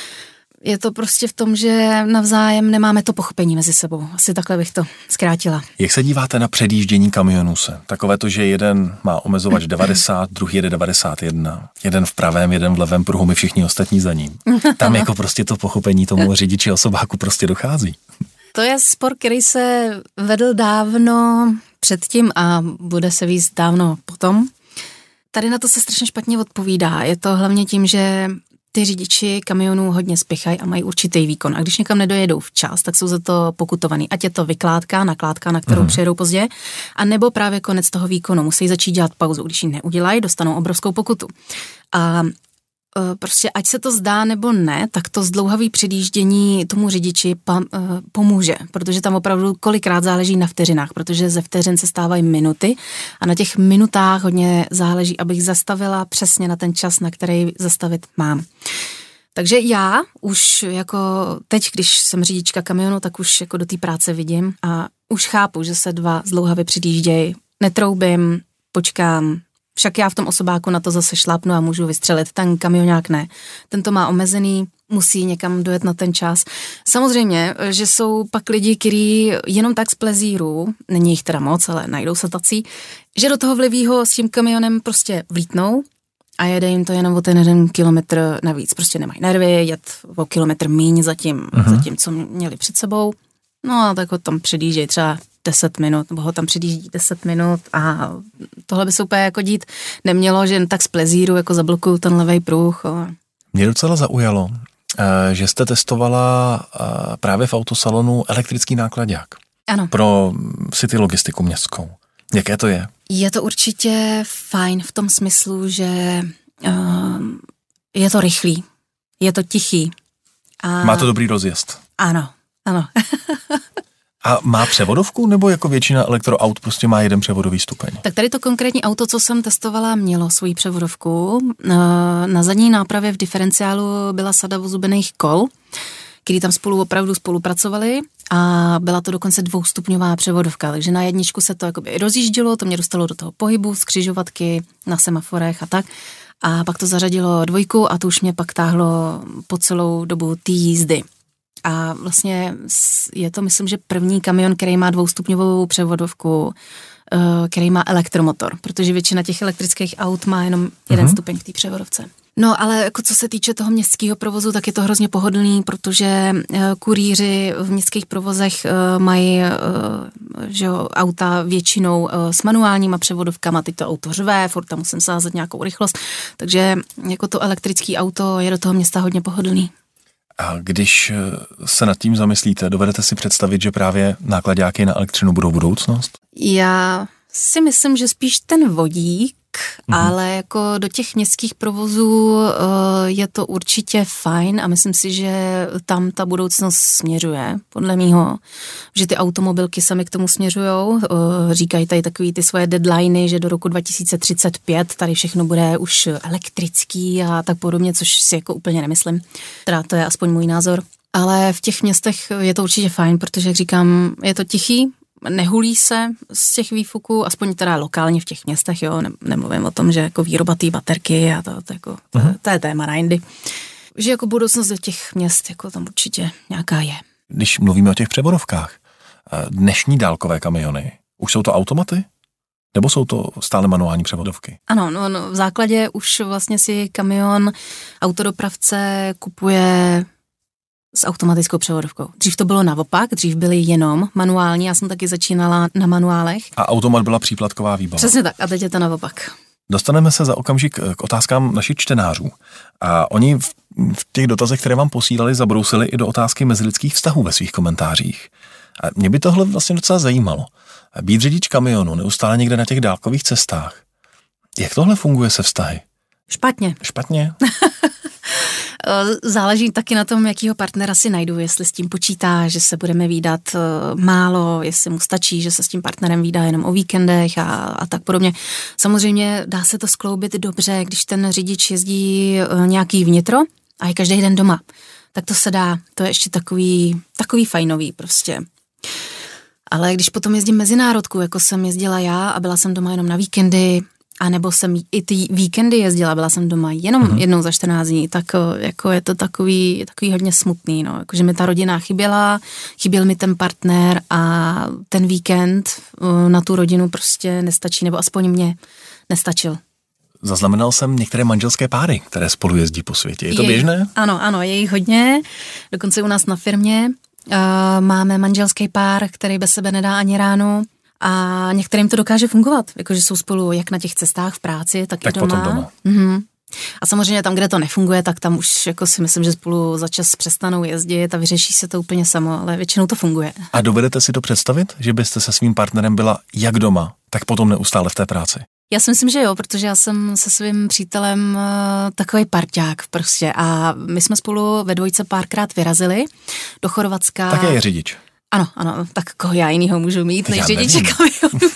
Je to prostě v tom, že navzájem nemáme to pochopení mezi sebou. Asi takhle bych to zkrátila. Jak se díváte na předjíždění kamionů se? Takové to, že jeden má omezovač devadesát, druhý jede devadesát jedna. Jeden v pravém, jeden v levém pruhu, my všichni ostatní za ním. Tam jako prostě to pochopení tomu řidiči osobáku prostě dochází. To je spor, který se vedl dávno předtím a bude se víc dávno potom. Tady na to se strašně špatně odpovídá. Je to hlavně tím, že ty řidiči kamionů hodně spěchají a mají určitý výkon. A když někam nedojedou včas, tak jsou za to pokutovaný. Ať je to vykládka, nakládka, na kterou mm. přijedou pozdě, a nebo právě konec toho výkonu. Musí začít dělat pauzu. Když ji neudělají, dostanou obrovskou pokutu. A prostě ať se to zdá nebo ne, tak to zdlouhavý předjíždění tomu řidiči pa, pomůže, protože tam opravdu kolikrát záleží na vteřinách, protože ze vteřin se stávají minuty a na těch minutách hodně záleží, abych zastavila přesně na ten čas, na který zastavit mám. Takže já už jako teď, když jsem řidička kamionu, tak už jako do té práce vidím a už chápu, že se dva zdlouhavě předjíždějí, netroubím, počkám. Však já v tom osobáku na to zase šlápnu a můžu vystřelit, ten kamionák ne. Ten to má omezený, musí někam dojet na ten čas. Samozřejmě, že jsou pak lidi, kteří jenom tak z plezíru, není jich teda moc, ale najdou se tací, že do toho vlivýho s tím kamionem prostě vlítnou a jede jim to jenom o ten jeden kilometr navíc. Prostě nemají nervy, jet o kilometr míň za tím, uh-huh. za tím, co měli před sebou. No a tak ho tam předjíždějí třeba deset minut, nebo ho tam předjíždí deset minut a tohle by se úplně jako dít nemělo, že jen tak z plezíru jako zablokuju ten levej pruh. Mě docela zaujalo, že jste testovala právě v autosalonu elektrický nákladák. Ano. Pro City logistiku městskou. Jaké to je? Je to určitě fajn v tom smyslu, že uh, je to rychlý, je to tichý. A... Má to dobrý rozjezd. Ano, ano. A má převodovku, nebo jako většina elektroaut prostě má jeden převodový stupeň? Tak tady to konkrétní auto, co jsem testovala, mělo svoji převodovku. Na zadní nápravě v diferenciálu byla sada ozubených kol, který tam spolu opravdu spolupracovali a byla to dokonce dvoustupňová převodovka, takže na jedničku se to jakoby rozjíždělo, to mě dostalo do toho pohybu, z křižovatky, na semaforech a tak. A pak to zařadilo dvojku a to už mě pak táhlo po celou dobu té jízdy. A vlastně je to, myslím, že první kamion, který má dvoustupňovou převodovku, který má elektromotor, protože většina těch elektrických aut má jenom jeden mm-hmm. stupeň v té převodovce. No ale jako co se týče toho městského provozu, tak je to hrozně pohodlný, protože kurýři v městských provozech mají že jo, auta většinou s manuálníma převodovkama, teď to auto řve, furt tam musím sázet nějakou rychlost, takže jako to elektrické auto je do toho města hodně pohodlný. A když se nad tím zamyslíte, dovedete si představit, že právě náklaďáky na elektřinu budou budoucnost? Já si myslím, že spíš ten vodík, mm-hmm. ale jako do těch městských provozů uh, je to určitě fajn a myslím si, že tam ta budoucnost směřuje, podle mýho, že ty automobilky sami k tomu směřujou. Uh, říkají tady takový ty svoje deadliny, že do roku dva tisíce třicet pět tady všechno bude už elektrický a tak podobně, což si jako úplně nemyslím. Teda to je aspoň můj názor. Ale v těch městech je to určitě fajn, protože, jak říkám, je to tichý, nehulí se z těch výfuků, aspoň teda lokálně v těch městech, jo, nemluvím o tom, že jako výroba té baterky a to, to, jako, to, uh-huh. to je téma na jindy. Že jako budoucnost do těch měst jako tam určitě nějaká je. Když mluvíme o těch převodovkách, dnešní dálkové kamiony, už jsou to automaty? Nebo jsou to stále manuální převodovky? Ano, no, no v základě už vlastně si kamion autodopravce kupuje s automatickou převodovkou. Dřív to bylo naopak, dřív byly jenom manuální, já jsem taky začínala na manuálech. A automat byla příplatková výbava. Přesně tak, a teď je to naopak. Dostaneme se za okamžik k otázkám našich čtenářů. A oni v, v těch dotazech, které vám posílali, zabrousili i do otázky mezilidských vztahů ve svých komentářích. A mě by tohle vlastně docela zajímalo. Být řidič kamionu neustále někde na těch dálkových cestách. Jak tohle funguje se vztahy? Špatně. Špatně? Záleží taky na tom, jakýho partnera si najdu, jestli s tím počítá, že se budeme vídat málo, jestli mu stačí, že se s tím partnerem vídá jenom o víkendech a, a tak podobně. Samozřejmě dá se to skloubit dobře, když ten řidič jezdí nějaký vnitro a je každý den doma. Tak to se dá, to je ještě takový, takový fajnový prostě. Ale když potom jezdím mezinárodku, jako jsem jezdila já a byla jsem doma jenom na víkendy, a nebo jsem i ty víkendy jezdila, byla jsem doma jenom mm-hmm. jednou za čtrnáct dní, tak jako je to takový, takový hodně smutný, no, jakože mi ta rodina chyběla, chyběl mi ten partner a ten víkend na tu rodinu prostě nestačí, nebo aspoň mě nestačil. Zaznamenal jsem některé manželské páry, které spolu jezdí po světě. Je to je, běžné? Ano, ano, je jich hodně, dokonce u nás na firmě uh, máme manželský pár, který bez sebe nedá ani ránu. A některým to dokáže fungovat, jakože jsou spolu jak na těch cestách v práci, tak, tak i doma. Potom doma. Mhm. A samozřejmě tam, kde to nefunguje, tak tam už jako si myslím, že spolu za čas přestanou jezdit a vyřeší se to úplně samo, ale většinou to funguje. A dovedete si to představit, že byste se svým partnerem byla jak doma, tak potom neustále v té práci? Já si myslím, že jo, protože já jsem se svým přítelem uh, takovej parťák prostě a my jsme spolu ve dvojce párkrát vyrazili do Chorvatska. Také je řidič. Ano, ano, tak koho já jinýho můžu mít, než řidiče kamionu.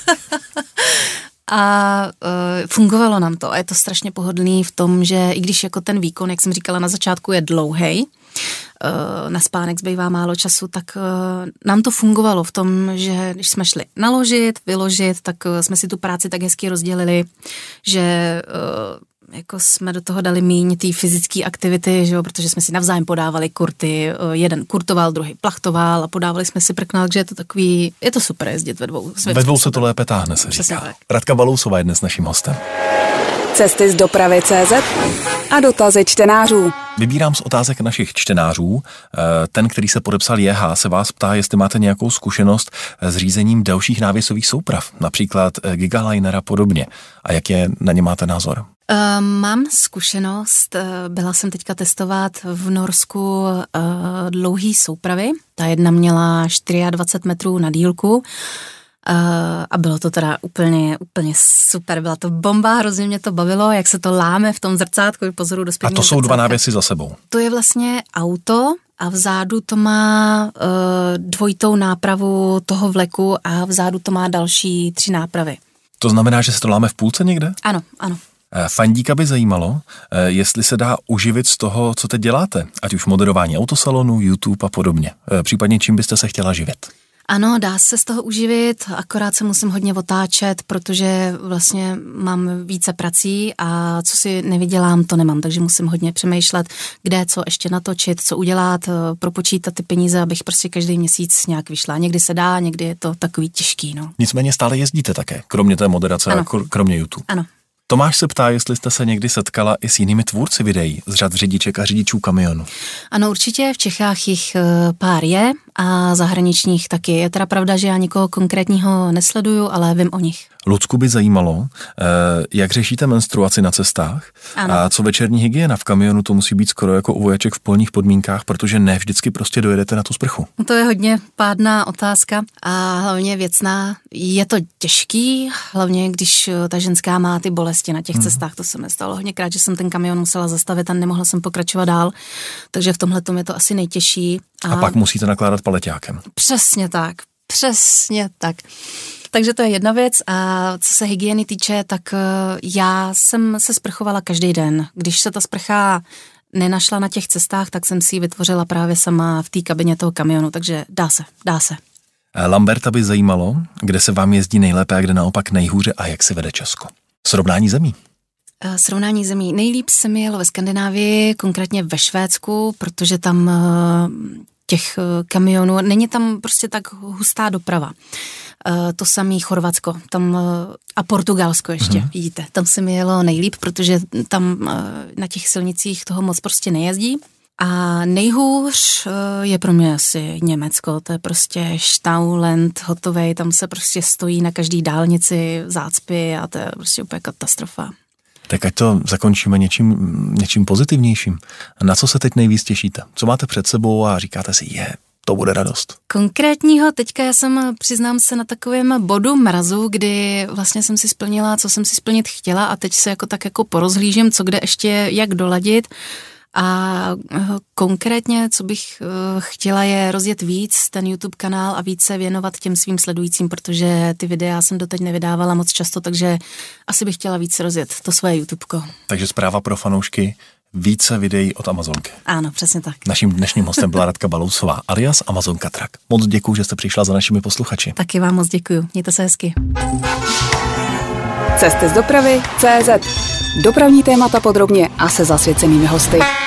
A uh, fungovalo nám to a je to strašně pohodlný v tom, že i když jako ten výkon, jak jsem říkala na začátku, je dlouhej, uh, na spánek zbývá málo času, tak uh, nám to fungovalo v tom, že když jsme šli naložit, vyložit, tak uh, jsme si tu práci tak hezky rozdělili, že uh, jako jsme do toho dali míň té fyzické aktivity, že jo, protože jsme si navzájem podávali kurty, jeden kurtoval, druhý plachtoval a podávali jsme si prkna, takže je to takový, je to super jezdit ve dvou. Ve dvou se to lépe táhne, se Přesně říká. Tak. Radka Balousová je dnes naším hostem. Cesty z dopravy tečka cé zet a dotazy čtenářů. Vybírám z otázek našich čtenářů. Ten, který se podepsal J H, se vás ptá, jestli máte nějakou zkušenost s řízením dalších návěsových souprav, například Gigalinera a podobně. A jak je na ně máte názor? Uh, mám zkušenost, byla jsem teďka testovat v Norsku uh, dlouhý soupravy. Ta jedna měla dvacet čtyři metrů na dílku. Uh, a bylo to teda úplně, úplně super, byla to bomba, hrozně mě to bavilo, jak se to láme v tom zrcátku, pozoru do zpětného. A to jsou zrcátka. Dva návěsy za sebou. To je vlastně auto a vzadu to má uh, dvojitou nápravu toho vleku a vzadu to má další tři nápravy. To znamená, že se to láme v půlce někde? Ano, ano. Fandíka by zajímalo, jestli se dá uživit z toho, co teď děláte, ať už moderování autosalonu, YouTube a podobně. Případně čím byste se chtěla živit? Ano, dá se z toho uživit, akorát se musím hodně otáčet, protože vlastně mám více prací a co si nevydělám, to nemám, takže musím hodně přemýšlet, kde co ještě natočit, co udělat, propočítat ty peníze, abych prostě každý měsíc nějak vyšla. Někdy se dá, někdy je to takový těžký, no. Nicméně stále jezdíte také, kromě té moderace ano. a kromě YouTube. Ano. Tomáš se ptá, jestli jste se někdy setkala i s jinými tvůrci videí z řad řidiček a řidičů kamionu. Ano, určitě v Čechách jich pár je a zahraničních taky. Je teda pravda, že já nikoho konkrétního nesleduju, ale vím o nich. Lucku by zajímalo, jak řešíte menstruaci na cestách ano. a co večerní hygiena v kamionu, to musí být skoro jako u vojaček v polních podmínkách, protože ne vždycky prostě dojedete na tu sprchu. To je hodně pádná otázka a hlavně věcná. Je to těžký, hlavně když ta ženská má ty bolesti na těch hmm. cestách. To se mi stalo hodněkrát, že jsem ten kamion musela zastavit a nemohla jsem pokračovat dál, takže v tomhletom je to asi nejtěžší. A, a pak musíte nakládat paleťákem. Přesně tak, přesně tak. Takže to je jedna věc a co se hygieny týče, tak já jsem se sprchovala každý den. Když se ta sprcha nenašla na těch cestách, tak jsem si ji vytvořila právě sama v té kabině toho kamionu, takže dá se, dá se. Lamberta by zajímalo, kde se vám jezdí nejlépe a kde naopak nejhůře a jak si vede Česko. Srovnání zemí. Srovnání zemí. Nejlíp se mi jelo ve Skandinávii, konkrétně ve Švédsku, protože tam těch kamionů, není tam prostě tak hustá doprava. To samé Chorvatsko tam, a Portugalsko ještě, mm-hmm. vidíte. Tam se mi jelo nejlíp, protože tam na těch silnicích toho moc prostě nejezdí. A nejhůř je pro mě asi Německo, to je prostě Stauland hotovej, tam se prostě stojí na každý dálnici zácpy a to je prostě úplně katastrofa. Tak ať to zakončíme něčím, něčím pozitivnějším. Na co se teď nejvíc těšíte? Co máte před sebou a říkáte si, je, to bude radost? Konkrétního teďka já jsem, přiznám se, na takovém bodu mrazu, kdy vlastně jsem si splnila, co jsem si splnit chtěla a teď se jako tak jako porozhlížím, co kde ještě, jak doladit. A konkrétně, co bych chtěla, je rozjet víc ten YouTube kanál a více věnovat těm svým sledujícím, protože ty videa jsem doteď nevydávala moc často, takže asi bych chtěla víc rozjet to svoje YouTubeko. Takže zpráva pro fanoušky, více videí od Amazonky. Ano, přesně tak. Naším dnešním hostem byla Radka Balousová, alias Amazonka Truck. Moc děkuju, že jste přišla za našimi posluchači. Taky vám moc děkuju, mějte se hezky. Cesty z dopravy tečka cé zet. Dopravní témata podrobně a se zasvěcenými hosty.